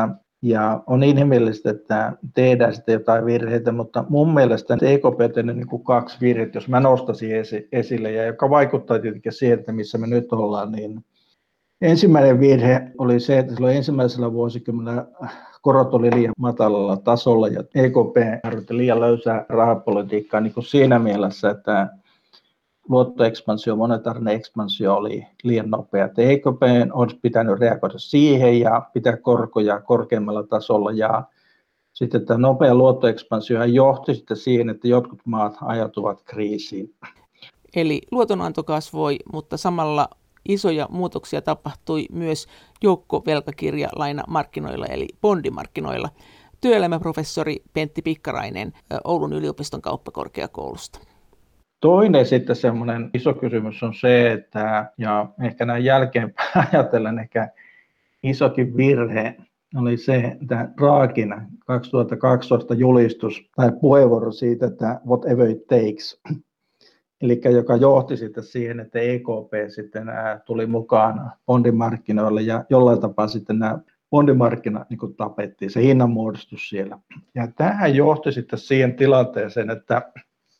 [SPEAKER 2] ja on inhimillistä, että tehdään sitten jotain virheitä, mutta mun mielestä EKP on tehnyt niin kuin 2 virhettä, jos mä nostaisin esille, ja joka vaikuttaa tietenkin siihen, että missä me nyt ollaan, niin ensimmäinen virhe oli se, että silloin ensimmäisellä vuosikymmenellä korot oli liian matalalla tasolla, ja EKP harjoitti liian löysää rahapolitiikkaa niin kuin siinä mielessä, että luottoekspansio, monetaarinen ekspansio oli liian nopea. EKP olisi pitänyt reagoida siihen ja pitää korkoja korkeammalla tasolla ja sitten tämä nopea luottoekspansio johti sitten siihen, että jotkut maat ajautuvat kriisiin.
[SPEAKER 1] Eli luotonanto kasvoi, mutta samalla isoja muutoksia tapahtui myös joukkovelkakirjalainamarkkinoilla eli bondimarkkinoilla. Työelämäprofessori Pentti Pikkarainen Oulun yliopiston kauppakorkeakoulusta.
[SPEAKER 2] Toinen sitten semmoinen iso kysymys on se, että, ja ehkä näin jälkeenpäin ajatellen ehkä isokin virhe oli se, että Draghin 2012 julistus tai puheenvuoro siitä, että whatever it takes, eli joka johti sitten siihen, että EKP sitten tuli mukaan bondimarkkinoille ja jollain tapaa sitten nämä bondimarkkinat niin tapettiin, se hinnanmuodostus siellä. Ja tähän johti sitten siihen tilanteeseen, että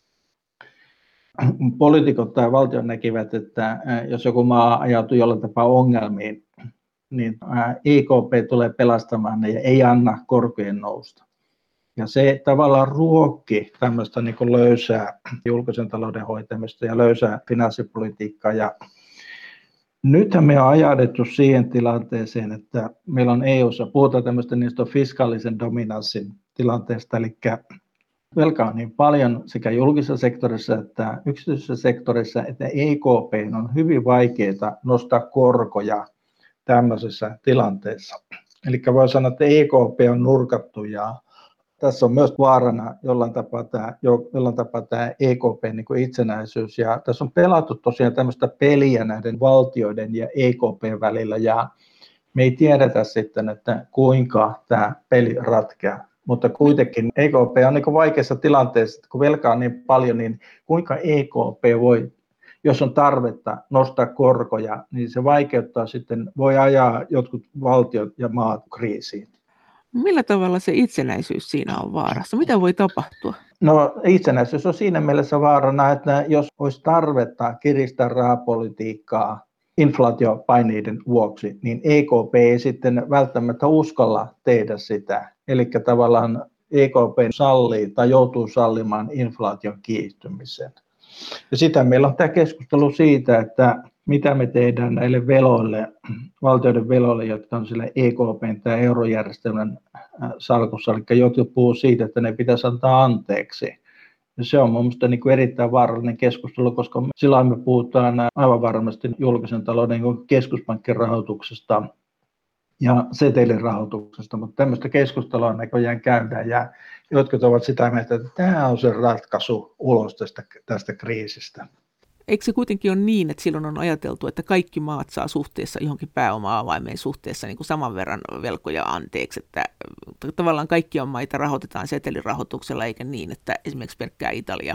[SPEAKER 2] poliitikot tai valtio näkivät, että jos joku maa ajautui jollain tapaa ongelmiin, niin EKP tulee pelastamaan ne ja ei anna korkojen nousta. Ja se tavallaan ruokki tämmöistä niin kuin löysää julkisen talouden hoitamista ja löysää finanssipolitiikkaa. Ja nythän me on ajauduttu siihen tilanteeseen, että meillä on EU:ssa, puhutaan tämmöistä niistä fiskaalisen dominanssin tilanteesta, eli velkaa on niin paljon sekä julkisessa sektorissa että yksityisessä sektorissa, että EKP on hyvin vaikeaa nostaa korkoja tämmöisessä tilanteessa. Eli voi sanoa, että EKP on nurkattu ja tässä on myös vaarana jollain tapaa tämä EKP:n niin kuin itsenäisyys. Ja tässä on pelattu tosiaan tämmöistä peliä näiden valtioiden ja EKP:n välillä ja me ei tiedetä sitten, että kuinka tämä peli ratkeaa. Mutta kuitenkin EKP on niin kuin vaikeassa tilanteessa, että kun velkaa on niin paljon, niin kuinka EKP voi, jos on tarvetta nostaa korkoja, niin se vaikeuttaa sitten, voi ajaa jotkut valtiot ja maat kriisiin.
[SPEAKER 3] Millä tavalla se itsenäisyys siinä on vaarassa? Mitä voi tapahtua?
[SPEAKER 2] No itsenäisyys on siinä mielessä vaarana, että jos olisi tarvetta kiristää rahapolitiikkaa inflaatiopaineiden vuoksi, niin EKP ei sitten välttämättä uskalla tehdä sitä. Eli tavallaan EKP sallii tai joutuu sallimaan inflaation kiihtymisen. Ja sitä meillä on tämä keskustelu siitä, että mitä me tehdään näille veloille, valtioiden veloille, jotka on sille EKP:n tai eurojärjestelmän salkussa. Eli jotkut puhuu siitä, että ne pitäisi antaa anteeksi. Ja se on mielestäni niin kuin erittäin vaarallinen keskustelu, koska silloin me puhutaan aivan varmasti julkisen talouden keskuspankkirahoituksesta ja setelirahoituksesta, mutta tämmöistä keskustelua näköjään käydään ja jotkut ovat sitä mieltä, että tämä on se ratkaisu ulos tästä kriisistä.
[SPEAKER 3] Eikö se kuitenkin ole niin, että silloin on ajateltu, että kaikki maat saa suhteessa johonkin pääoma-avaimeen suhteessa niin kuin saman verran velkoja anteeksi, että tavallaan kaikkia maita rahoitetaan setelirahoituksella eikä niin, että esimerkiksi pelkkää Italia?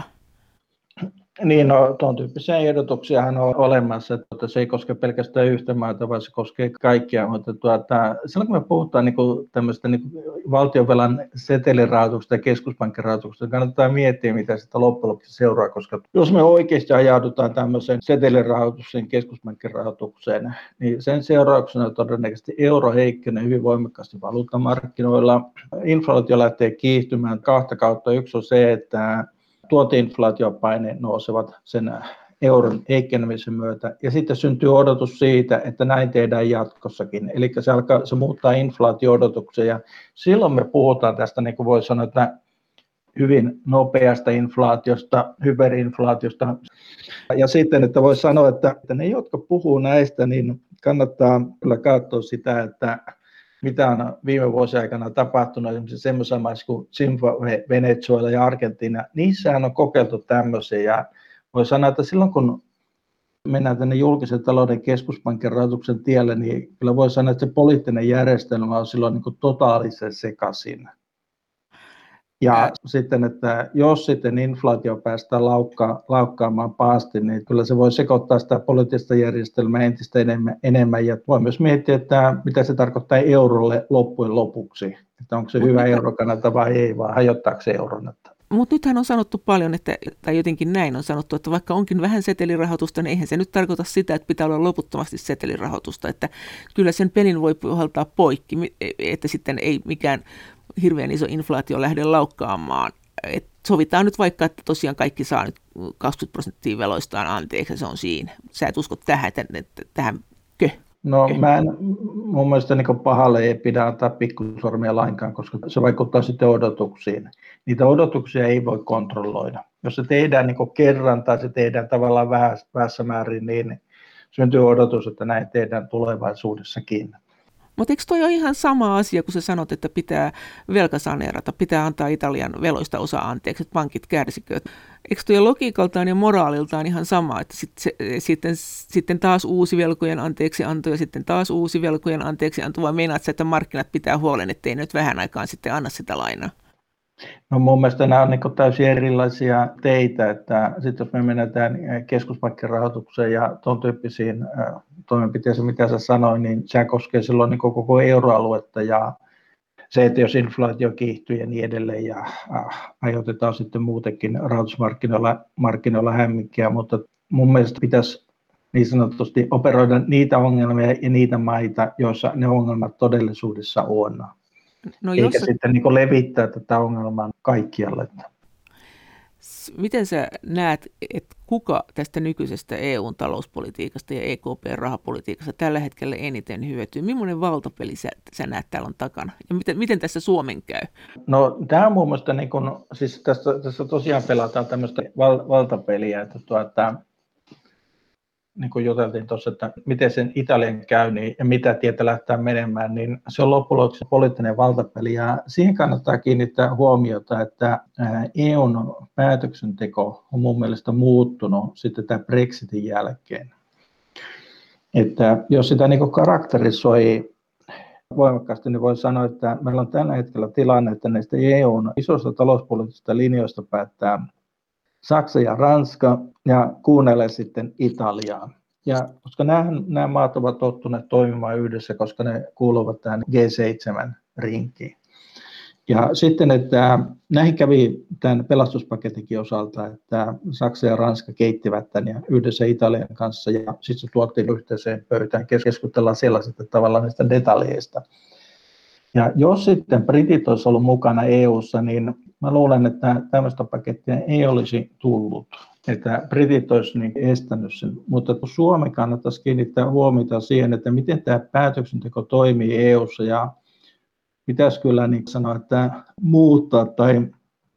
[SPEAKER 2] Niin, no tuon tyyppisiä ehdotuksiahan on olemassa, että se ei koske pelkästään yhtä maata, vaan se koskee kaikkia, mutta silloin kun me puhutaan tämmöistä valtionvelan setelirahoituksesta ja keskuspankkirahoituksesta, kannattaa miettiä, mitä sitä loppujen lopuksi seuraa, koska jos me oikeasti ajaudutaan tämmöiseen setelirahoitukseen, keskuspankkirahoitukseen, niin sen seurauksena todennäköisesti euro heikkenee hyvin voimakkaasti valuuttamarkkinoilla. Inflaatio lähtee kiihtymään kahta kautta. Yksi on se, että tuonti-inflaatiopaineet nousevat sen euron heikkenemisen myötä, ja sitten syntyy odotus siitä, että näin tehdään jatkossakin. Eli se muuttaa inflaatio-odotuksia, ja silloin me puhutaan tästä, niin kuin voi sanoa, että hyvin nopeasta inflaatiosta, hyperinflaatiosta. Ja sitten, että voi sanoa, että ne, jotka puhuu näistä, niin kannattaa kyllä katsoa sitä, että mitä on viime vuosien aikana tapahtunut, esimerkiksi semmoisessa maissa kuin Zimbabwe, Venezuela ja Argentiina, niissähän on kokeiltu tämmöisiä. Ja voi sanoa, että silloin kun mennään tänne julkisen talouden keskuspankin rahoituksen tielle, niin kyllä voi sanoa, että se poliittinen järjestelmä on silloin niin kuin totaalisen sekaisin. Ja sitten, että jos sitten inflaatio päästään laukkaamaan pahasti, niin kyllä se voi sekoittaa sitä poliittista järjestelmää entistä enemmän. Ja voi myös miettiä, että mitä se tarkoittaa eurolle loppujen lopuksi. Että onko se hyvä euro kannalta vai ei, vai hajottaako se euron.
[SPEAKER 3] Mutta nythän on sanottu paljon, tai jotenkin näin on sanottu, että vaikka onkin vähän setelirahoitusta, niin eihän se nyt tarkoita sitä, että pitää olla loputtomasti setelirahoitusta. Että kyllä sen pelin voi puhaltaa poikki, että sitten ei mikään hirveän iso inflaatio lähde laukkaamaan. Et sovitaan nyt vaikka, että tosiaan kaikki saa nyt 20% veloistaan anteeksi, se on siinä. Sä et usko tähän, että tähänkö?
[SPEAKER 2] No mun mielestä niin pahalle ei pidä antaa pikkusormia lainkaan, koska se vaikuttaa sitten odotuksiin. Niitä odotuksia ei voi kontrolloida. Jos se tehdään niin kerran tai se tehdään tavallaan vähässä määrin, niin syntyy odotus, että näin tehdään tulevaisuudessakin.
[SPEAKER 3] Mutta eikö toi ole ihan sama asia, kun sä sanot, että pitää velkasaneerata, pitää antaa Italian veloista osa anteeksi, että pankit kärsikööt. Eikö toi logiikaltaan ja moraaliltaan ihan sama, että sitten taas uusi velkojen anteeksianto ja sitten taas uusi velkojen anteeksianto, vai meinaat sä, että markkinat pitää huolen, ettei nyt vähän aikaan sitten anna sitä lainaa?
[SPEAKER 2] No mun mielestä nämä on niin täysin erilaisia teitä, että sitten jos me menetään keskuspankkirahoitukseen ja tuon tyyppisiin toimenpiteisiin, mitä sä sanoin, niin sehän koskee silloin niin koko euroaluetta ja se, että jos inflaatio kiihtyy ja niin edelleen ja aiheutetaan sitten muutenkin rahoitusmarkkinoilla hämminkiä, mutta mun mielestä pitäisi niin sanotusti operoida niitä ongelmia ja niitä maita, joissa ne ongelmat todellisuudessa on. No eikä sitten niin levittää tätä ongelmaa kaikkialle.
[SPEAKER 3] Miten sä näet, että kuka tästä nykyisestä EUn talouspolitiikasta ja EKPn rahapolitiikasta tällä hetkellä eniten hyötyy? Millainen valtapeli sä näet täällä on takana? Ja miten tässä Suomen käy?
[SPEAKER 2] No tämä on mun mielestä, niin kun, siis tässä tosiaan pelataan tämmöistä valtapeliä, että niin kuin juteltiin tuossa, että miten sen Italian käy niin, ja mitä tietä lähtee menemään, niin se on loppujen lopuksi poliittinen valtapeli. Ja siihen kannattaa kiinnittää huomiota, että EUn päätöksenteko on mun mielestä muuttunut sitten tämän Brexitin jälkeen. Että jos sitä niin kuin karakterisoi voimakkaasti, niin voi sanoa, että meillä on tällä hetkellä tilanne, että näistä EUn isoista talouspoliittisista linjoista päättää Saksa ja Ranska ja kuunnelee sitten Italiaa. Ja koska nämä maat ovat tottuneet toimimaan yhdessä, koska ne kuuluvat tähän G7-rinkiin. Ja sitten, että näihin kävi tämän pelastuspaketinkin osalta, että Saksa ja Ranska keittivät tämän ja yhdessä Italian kanssa ja sitten se tuotiin yhteiseen pöytään, keskustellaan siellä sitten tavallaan niistä detaljeista. Ja jos sitten britit olisi ollut mukana EU:ssa, niin mä luulen, että tämmöistä pakettia ei olisi tullut, että britit olisi niin estänyt sen. Mutta kun Suomi kannattaisi kiinnittää huomiota siihen, että miten tämä päätöksenteko toimii EU:ssa ja pitäisi kyllä niin sanoa, että muuttaa tai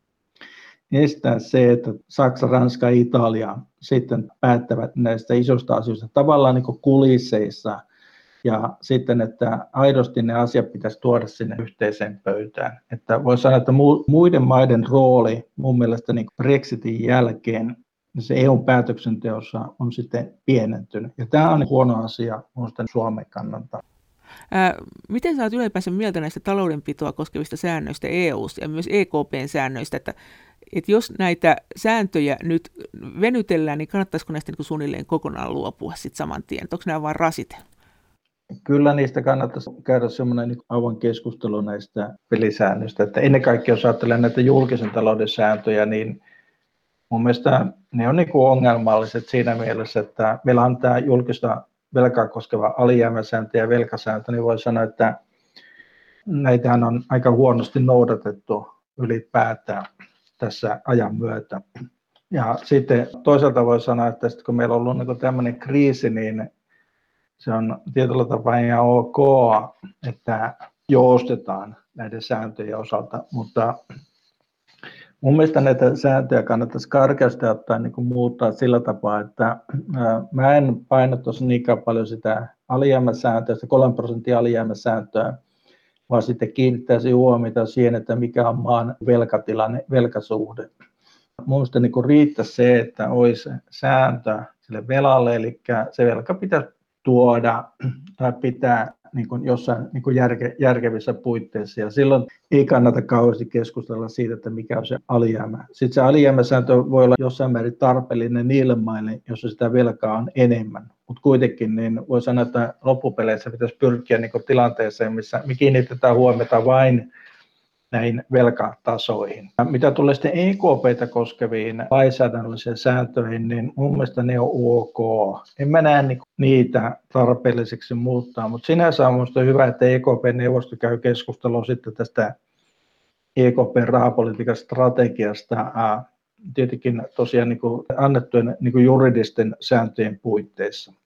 [SPEAKER 2] estää se, että Saksa, Ranska ja Italia sitten päättävät näistä isoista asioista tavallaan niin kuin kulisseissa. Ja sitten, että aidosti ne asiat pitäisi tuoda sinne yhteiseen pöytään. Että voisi sanoa, että muiden maiden rooli mun mielestä niin Brexitin jälkeen se EU-päätöksenteossa on sitten pienentynyt. Ja tämä on huono asia minusta Suomen kannalta.
[SPEAKER 3] Miten sä olet ylipäänsä mieltä näistä taloudenpitoa koskevista säännöistä EU:sta ja myös EKPn säännöistä, että jos näitä sääntöjä nyt venytellään, niin kannattaisiko näistä niin suunnilleen kokonaan luopua sitten saman tien? Onko nämä vain rasite?
[SPEAKER 2] Kyllä niistä kannattaisi käydä semmoinen niin avoin keskustelu näistä pelisäännöistä, että ennen kaikkea jos ajattelee näitä julkisen talouden sääntöjä, niin mun mielestä ne on niin kuin ongelmalliset siinä mielessä, että meillä on tämä julkista velkaa koskeva alijäämäsääntö ja velkasääntö, niin voi sanoa, että näitähän on aika huonosti noudatettu ylipäätään tässä ajan myötä. Ja sitten toisaalta voi sanoa, että kun meillä on ollut niin kuin tämmöinen kriisi, niin se on tietyllä tapaa ihan ok, että joustetaan näiden sääntöjen osalta, mutta mun mielestä näitä sääntöjä kannattaisi karkeasti ottaa niin kuin muuttaa sillä tapaa, että mä en painottaisi niinkään paljon sitä alijäämäsääntöä, sitä 3% alijäämäsääntöä, vaan sitten kiinnittäisi huomiota siihen, että mikä on maan velkatilanne, velkasuhde. Mun mielestä niin kuin riittäisi se, että olisi sääntö sille velalle, eli se velka pitäisi tuoda tai pitää niin kuin jossain niin kuin järkevissä puitteissa. Ja silloin ei kannata kauheasti keskustella siitä, että mikä on se alijäämä. Sitten se alijäämäsääntö voi olla jossain määrin tarpeellinen niille maille, jossa sitä velkaa on enemmän. Mutta kuitenkin niin voi sanoa, että loppupeleissä pitäisi pyrkiä niin kuin tilanteeseen, missä me kiinnitetään huomiota vain näihin velkatasoihin. Mitä tulee sitten EKP:tä koskeviin lainsäädännöllisiin sääntöihin, niin mun mielestä ne on ok. En mä näe niitä tarpeelliseksi muuttaa, mutta sinänsä on minusta hyvä, että EKP-neuvosto käy keskustelua sitten tästä EKP:n rahapolitiikan strategiasta, tietenkin tosiaan niin kuin annettujen niin kuin juridisten sääntöjen puitteissa.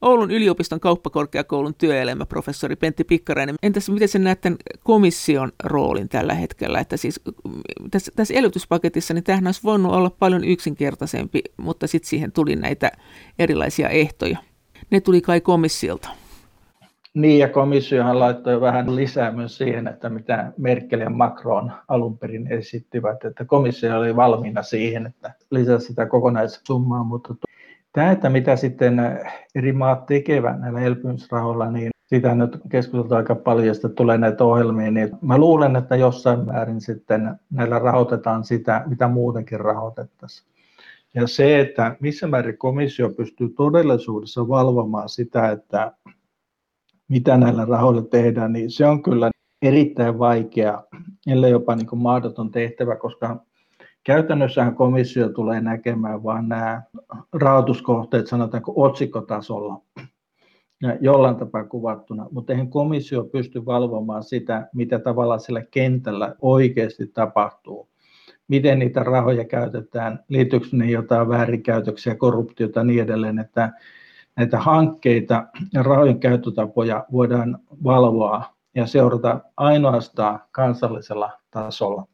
[SPEAKER 3] Oulun yliopiston kauppakorkeakoulun työelämäprofessori Pentti Pikkarainen. Entäs miten sä näet tämän komission roolin tällä hetkellä? Että siis tässä elvytyspaketissa niin tämähän olisi voinut olla paljon yksinkertaisempi, mutta sitten siihen tuli näitä erilaisia ehtoja. Ne tuli kai komissiolta.
[SPEAKER 2] Niin, ja komissiohan laittoi vähän lisää myös siihen, että mitä Merkel ja Macron alun perin esittivät, että komissio oli valmiina siihen, että lisäsi sitä kokonaissummaa, mutta tämä, että mitä sitten eri maat tekevät näillä elpymisrahoilla, niin siitä nyt keskusteltu aika paljon, ja sitten tulee näitä ohjelmia, niin mä luulen, että jossain määrin sitten näillä rahoitetaan sitä, mitä muutenkin rahoitettaisiin. Ja se, että missä määrin komissio pystyy todellisuudessa valvomaan sitä, että mitä näillä rahoilla tehdään, niin se on kyllä erittäin vaikea, ellei jopa niin kuin mahdoton tehtävä, koska käytännössähän komissio tulee näkemään vain nämä rahoituskohteet, sanotaanko otsikkotasolla ja jollain tapaa kuvattuna, mutta eihän komissio pysty valvomaan sitä, mitä tavallaan sillä kentällä oikeasti tapahtuu. Miten niitä rahoja käytetään, liittyykö ne jotain väärinkäytöksiä, korruptiota ja niin edelleen, että näitä hankkeita ja rahojen käyttötapoja voidaan valvoa ja seurata ainoastaan kansallisella tasolla.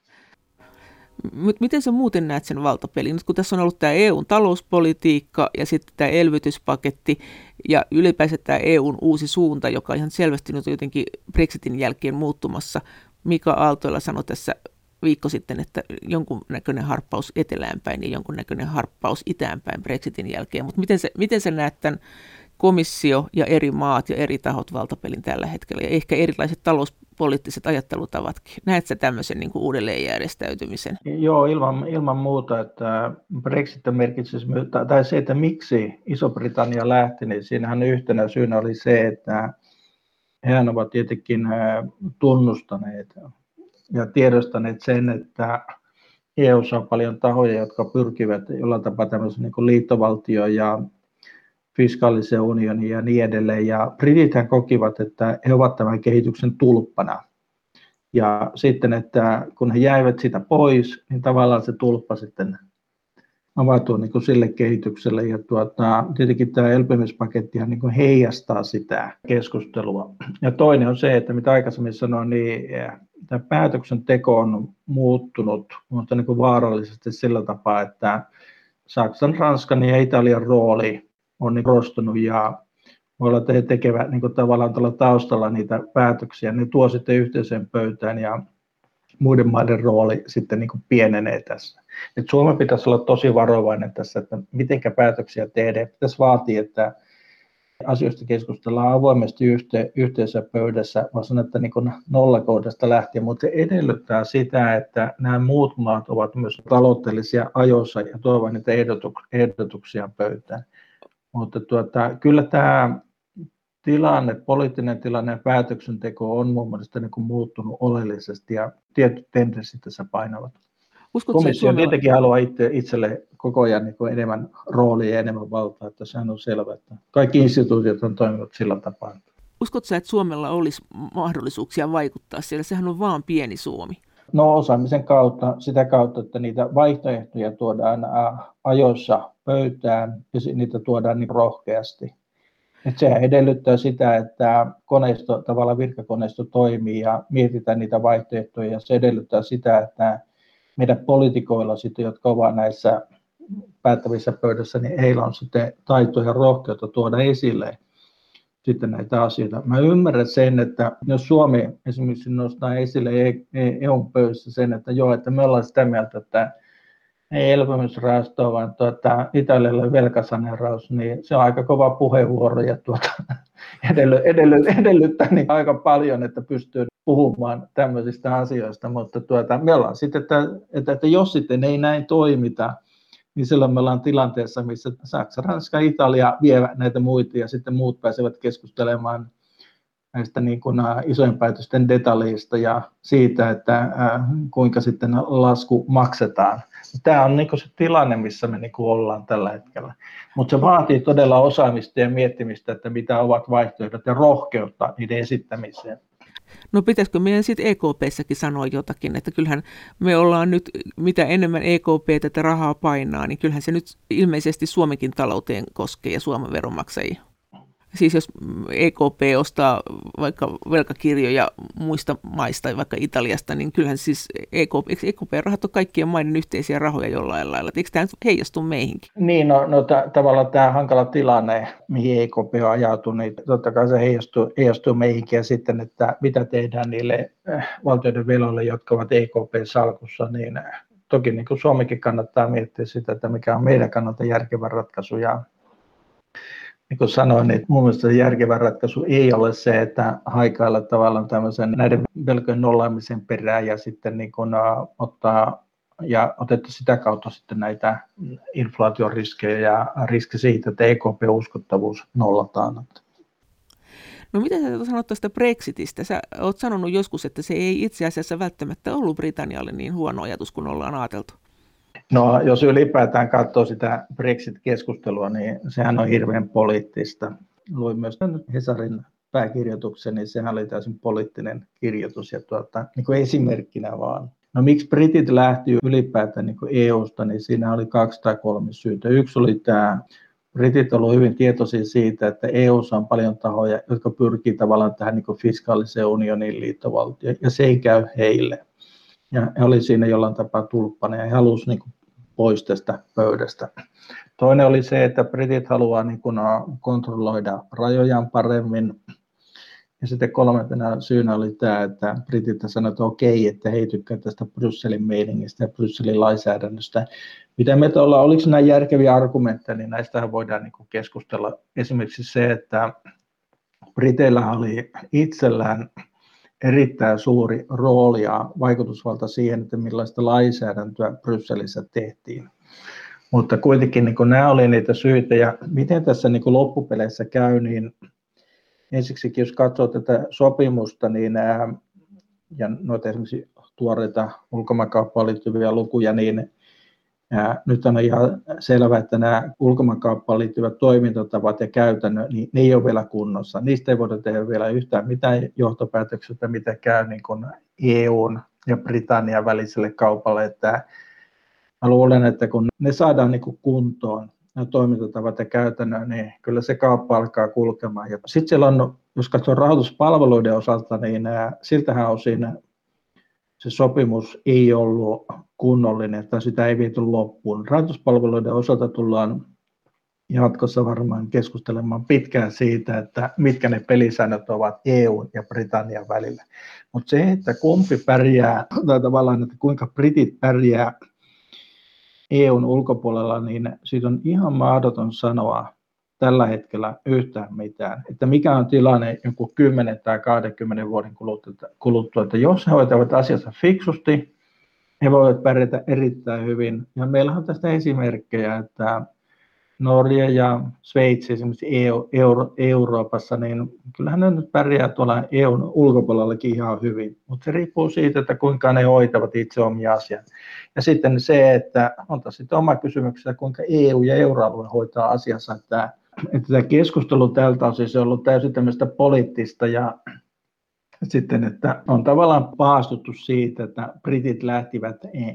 [SPEAKER 3] Miten sä muuten näet sen valtapelin? Nyt kun tässä on ollut tämä EUn talouspolitiikka ja sitten tämä elvytyspaketti ja ylipäänsä tämä EUn uusi suunta, joka ihan selvästi nyt on jotenkin Brexitin jälkeen muuttumassa. Mika Aaltoila sanoi tässä viikko sitten, että jonkunnäköinen harppaus eteläänpäin ja jonkunnäköinen harppaus itäänpäin Brexitin jälkeen. Mutta miten sä näet tämän komissio ja eri maat ja eri tahot valtapelin tällä hetkellä ja ehkä erilaiset talouspoliittiset ajattelutavatkin? Näet sä tämmöisen niin kuin uudelleenjärjestäytymisen?
[SPEAKER 2] Joo, ilman muuta, että Brexit merkitsisi, tai se, että miksi Iso-Britannia lähti, niin siinähän yhtenä syynä oli se, että hehän ovat tietenkin tunnustaneet ja tiedostaneet sen, että EU:ssa on paljon tahoja, jotka pyrkivät jollain tapaa tämmöisen niin kuin liittovaltioon ja fiskaalisen unionin ja niin edelleen. Ja britithän kokivat, että he ovat tämän kehityksen tulppana. Ja sitten, että kun he jäivät sitä pois, niin tavallaan se tulppa sitten avautui niin kuin sille kehitykselle. Ja tietenkin tämä elpymispakettihan niin kuin heijastaa sitä keskustelua. Ja toinen on se, että mitä aikaisemmin sanoin, niin tämä päätöksenteko on muuttunut mutta niin kuin vaarallisesti sillä tapaa, että Saksan, Ranskan ja Italian rooli on niin korostunut ja voi olla, että he tekevät niin kuin tavallaan tuolla taustalla niitä päätöksiä. Ne tuo sitten yhteiseen pöytään ja muiden maiden rooli sitten niin kuin pienenee tässä. Et Suomen pitäisi olla tosi varovainen tässä, että mitenkä päätöksiä tehdään. Pitäisi vaatia, että asioista keskustellaan avoimesti yhteisessä pöydässä, vaan sanon, että niin kuin nollakohdasta lähtien, mutta se edellyttää sitä, että nämä muut maat ovat myös taloudellisia ajoissa ja tuovat niitä ehdotuksia pöytään. Mutta kyllä tämä poliittinen tilanne ja päätöksenteko on mun mielestä niin kuin muuttunut oleellisesti ja tietyt tendenssit tässä painavat. Komissio tietenkin haluaa itselle koko ajan niin kuin enemmän roolia ja enemmän valtaa, että sehän on selvä, että kaikki instituutiot on toiminut sillä tapaa.
[SPEAKER 3] Uskotko sä, että Suomella olisi mahdollisuuksia vaikuttaa siellä? Sehän on vaan pieni Suomi.
[SPEAKER 2] No osaamisen kautta, sitä kautta, että niitä vaihtoehtoja tuodaan ajoissa pöytään ja niitä tuodaan niin rohkeasti. Että sehän edellyttää sitä, että tavallaan virkakoneisto toimii ja mietitään niitä vaihtoehtoja. Ja se edellyttää sitä, että meidän poliitikoilla, jotka ovat näissä päättävissä pöydässä, niin heillä on sitten taitoja ja rohkeutta tuoda esille sitten näitä asioita. Mä ymmärrän sen, että jos Suomi esimerkiksi nostaa esille EUn pöydässä sen, että joo, että me ollaan sitä mieltä, että ei elpymisrahastoa, vaan Italialle velkasaneeraus, niin se on aika kova puheenvuoro ja edellyttää niin aika paljon, että pystyy puhumaan tämmöisistä asioista, mutta me ollaan sitten, että jos sitten ei näin toimita, niin silloin me ollaan tilanteessa, missä Saksa, Ranska, Italia vie näitä muita ja sitten muut pääsevät keskustelemaan näistä niin kuin isojen päätösten detaljista ja siitä, että kuinka sitten lasku maksetaan. Tämä on niin kuin se tilanne, missä me niin kuin ollaan tällä hetkellä. Mutta se vaatii todella osaamista ja miettimistä, että mitä ovat vaihtoehdot ja rohkeutta niiden esittämiseen.
[SPEAKER 3] No pitäisikö meidän sitten EKP:ssäkin sanoa jotakin, että kyllähän me ollaan nyt, mitä enemmän EKP tätä rahaa painaa, niin kyllähän se nyt ilmeisesti Suomenkin talouteen koskee ja Suomen veronmaksajia. Siis jos EKP ostaa vaikka velkakirjoja muista maista, vaikka Italiasta, niin kyllähän siis EKP-rahat on kaikkien maiden yhteisiä rahoja jollain lailla. Eikö tämä heijastu meihinkin?
[SPEAKER 2] Niin, tavallaan tämä hankala tilanne, mihin EKP on ajautunut, niin totta kai se heijastuu meihinkin. Ja sitten, että mitä tehdään niille valtioiden veloille, jotka ovat EKP-salkussa, niin toki niin kuin Suomikin kannattaa miettiä sitä, että mikä on meidän kannalta järkevä ratkaisu. Ja niin kuin sanoin, niin mun mielestä järkevä ratkaisu ei ole se, että haikailla tavallaan tämmöisen näiden velkojen nollaamisen perään ja sitten niin kuin otettu sitä kautta sitten näitä inflaatioriskejä ja riski siitä, että EKP-uskottavuus nollataan.
[SPEAKER 3] No mitä sä sanot tästä Brexitistä? Sä oot sanonut joskus, että se ei itse asiassa välttämättä ollut Britannialle niin huono ajatus kuin ollaan ajateltu.
[SPEAKER 2] No jos ylipäätään katsoo sitä Brexit-keskustelua, niin sehän on hirveän poliittista. Luin myös Hesarin pääkirjoituksen, niin sehän oli täysin poliittinen kirjoitus ja niin kuin esimerkkinä vaan. No miksi britit lähti ylipäätään niin kuin EUsta, niin siinä oli 2 tai 3 syytä. Yksi oli tämä, britit olivat hyvin tietoisia siitä, että EUssa on paljon tahoja, jotka pyrkii tavallaan tähän niin kuin fiskaaliseen unionin liittovaltioon, ja se ei käy heille. Ja he oli siinä jollain tapaa tulppana ja he halusivat niin kuin pois tästä pöydästä. Toinen oli se, että britit haluaa niin kuin kontrolloida rajojaan paremmin. Ja sitten kolmantena syynä oli tämä, että britit sanoivat, että okei, että he ei tykkää tästä Brysselin meiningistä ja Brysselin lainsäädännöstä. Mitä mieltä ollaan, oliko nämä järkeviä argumentteja, niin näistähän voidaan niin kuin keskustella. Esimerkiksi se, että briteillä oli itsellään erittäin suuri rooli ja vaikutusvalta siihen, että millaista lainsäädäntöä Brysselissä tehtiin. Mutta kuitenkin niin kuin nämä oli niitä syitä, ja miten tässä niin kuin loppupeleissä käy, niin ensiksi jos katsoo tätä sopimusta, niin ja noita esimerkiksi tuoreita ulkomaankauppaan liittyviä lukuja, niin nyt on ihan selvää, että nämä ulkomaankauppaan liittyvät toimintatavat ja käytännöt, niin ne ei ole vielä kunnossa. Niistä ei voida tehdä vielä yhtään mitään johtopäätöksestä, mitä käy niin kuin EUn ja Britannian väliselle kaupalle. Että mä luulen, että kun ne saadaan niin kuin kuntoon, nämä toimintatavat ja käytännöt, niin kyllä se kauppa alkaa kulkemaan. Sitten siellä on, jos katsoo rahoituspalveluiden osalta, niin siltähän osin se sopimus ei ollut kunnollinen, tai sitä ei viety loppuun. Rahoituspalveluiden osalta tullaan jatkossa varmaan keskustelemaan pitkään siitä, että mitkä ne pelisäännöt ovat EUn ja Britannian välillä. Mutta se, että kumpi pärjää, tai tavallaan, että kuinka britit pärjää EUn ulkopuolella, niin siitä on ihan mahdoton sanoa tällä hetkellä yhtään mitään. Että mikä on tilanne joku 10 tai 20 vuoden kuluttua, että jos he hoitavat asiansa fiksusti, he voivat pärjätä erittäin hyvin. Ja meillä on tästä esimerkkejä, että Norja ja Sveitsi esimerkiksi Euroopassa, niin kyllähän ne nyt pärjää tuolla EUn ulkopuolellakin ihan hyvin. Mutta se riippuu siitä, että kuinka ne hoitavat itse omia asiaa. Ja sitten se, että on taas sitten oma kysymyksensä, kuinka EU ja euroalue hoitaa asiansa, että tämä keskustelu tältä osin se on ollut täysin tämmöistä poliittista ja sitten, että on tavallaan paastuttu siitä, että britit lähtivät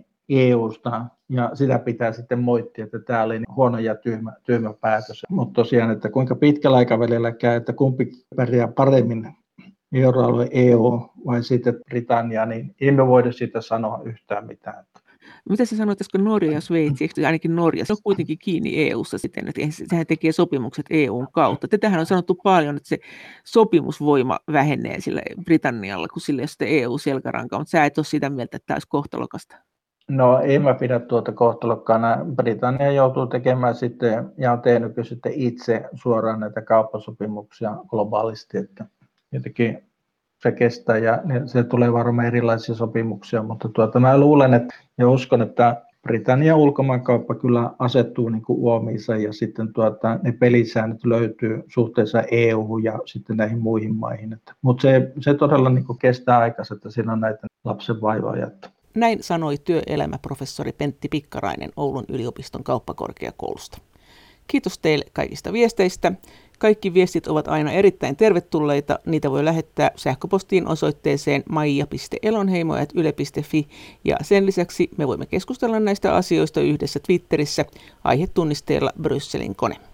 [SPEAKER 2] EUsta ja sitä pitää sitten moittia, että tämä oli huono ja tyhmä päätös. Mutta tosiaan, että kuinka pitkällä aikavälillä käy, että kumpi pärjää paremmin, euroalue, EU vai sitten Britannia, niin emme voida siitä sanoa yhtään mitään.
[SPEAKER 3] Mitä sä sanoit, että Norja ja Sveitsi, ainakin Norja, se on kuitenkin kiinni EU:ssa siten, että sehän tekee sopimukset EUn kautta. Tätähän on sanottu paljon, että se sopimusvoima vähenee sillä Britannialla, kun sillä ei ole sitä EU-selkärankaa, mutta sä et ole sitä mieltä, että tämä olisi kohtalokasta.
[SPEAKER 2] No ei mä pidä tuota kohtalokkaana. Britannia joutuu tekemään sitten ja on tehnyt sitten itse suoraan näitä kauppasopimuksia globaalisti, että jotenkin se kestää ja se tulee varmaan erilaisia sopimuksia, mutta mä luulen että, ja uskon, että Britannian ulkomaankauppa kyllä asettuu niin kuin uomiinsa ja sitten ne pelisäännöt löytyy suhteessa EU ja sitten näihin muihin maihin. Mutta se todella niin kuin kestää aikansa, että siinä on näitä lapsen vaivoja.
[SPEAKER 1] Näin sanoi työelämäprofessori Pentti Pikkarainen Oulun yliopiston kauppakorkeakoulusta. Kiitos teille kaikista viesteistä. Kaikki viestit ovat aina erittäin tervetulleita. Niitä voi lähettää sähköpostiin osoitteeseen maija.elonheimo@yle.fi. Ja sen lisäksi me voimme keskustella näistä asioista yhdessä Twitterissä aihetunnisteella Brysselin kone.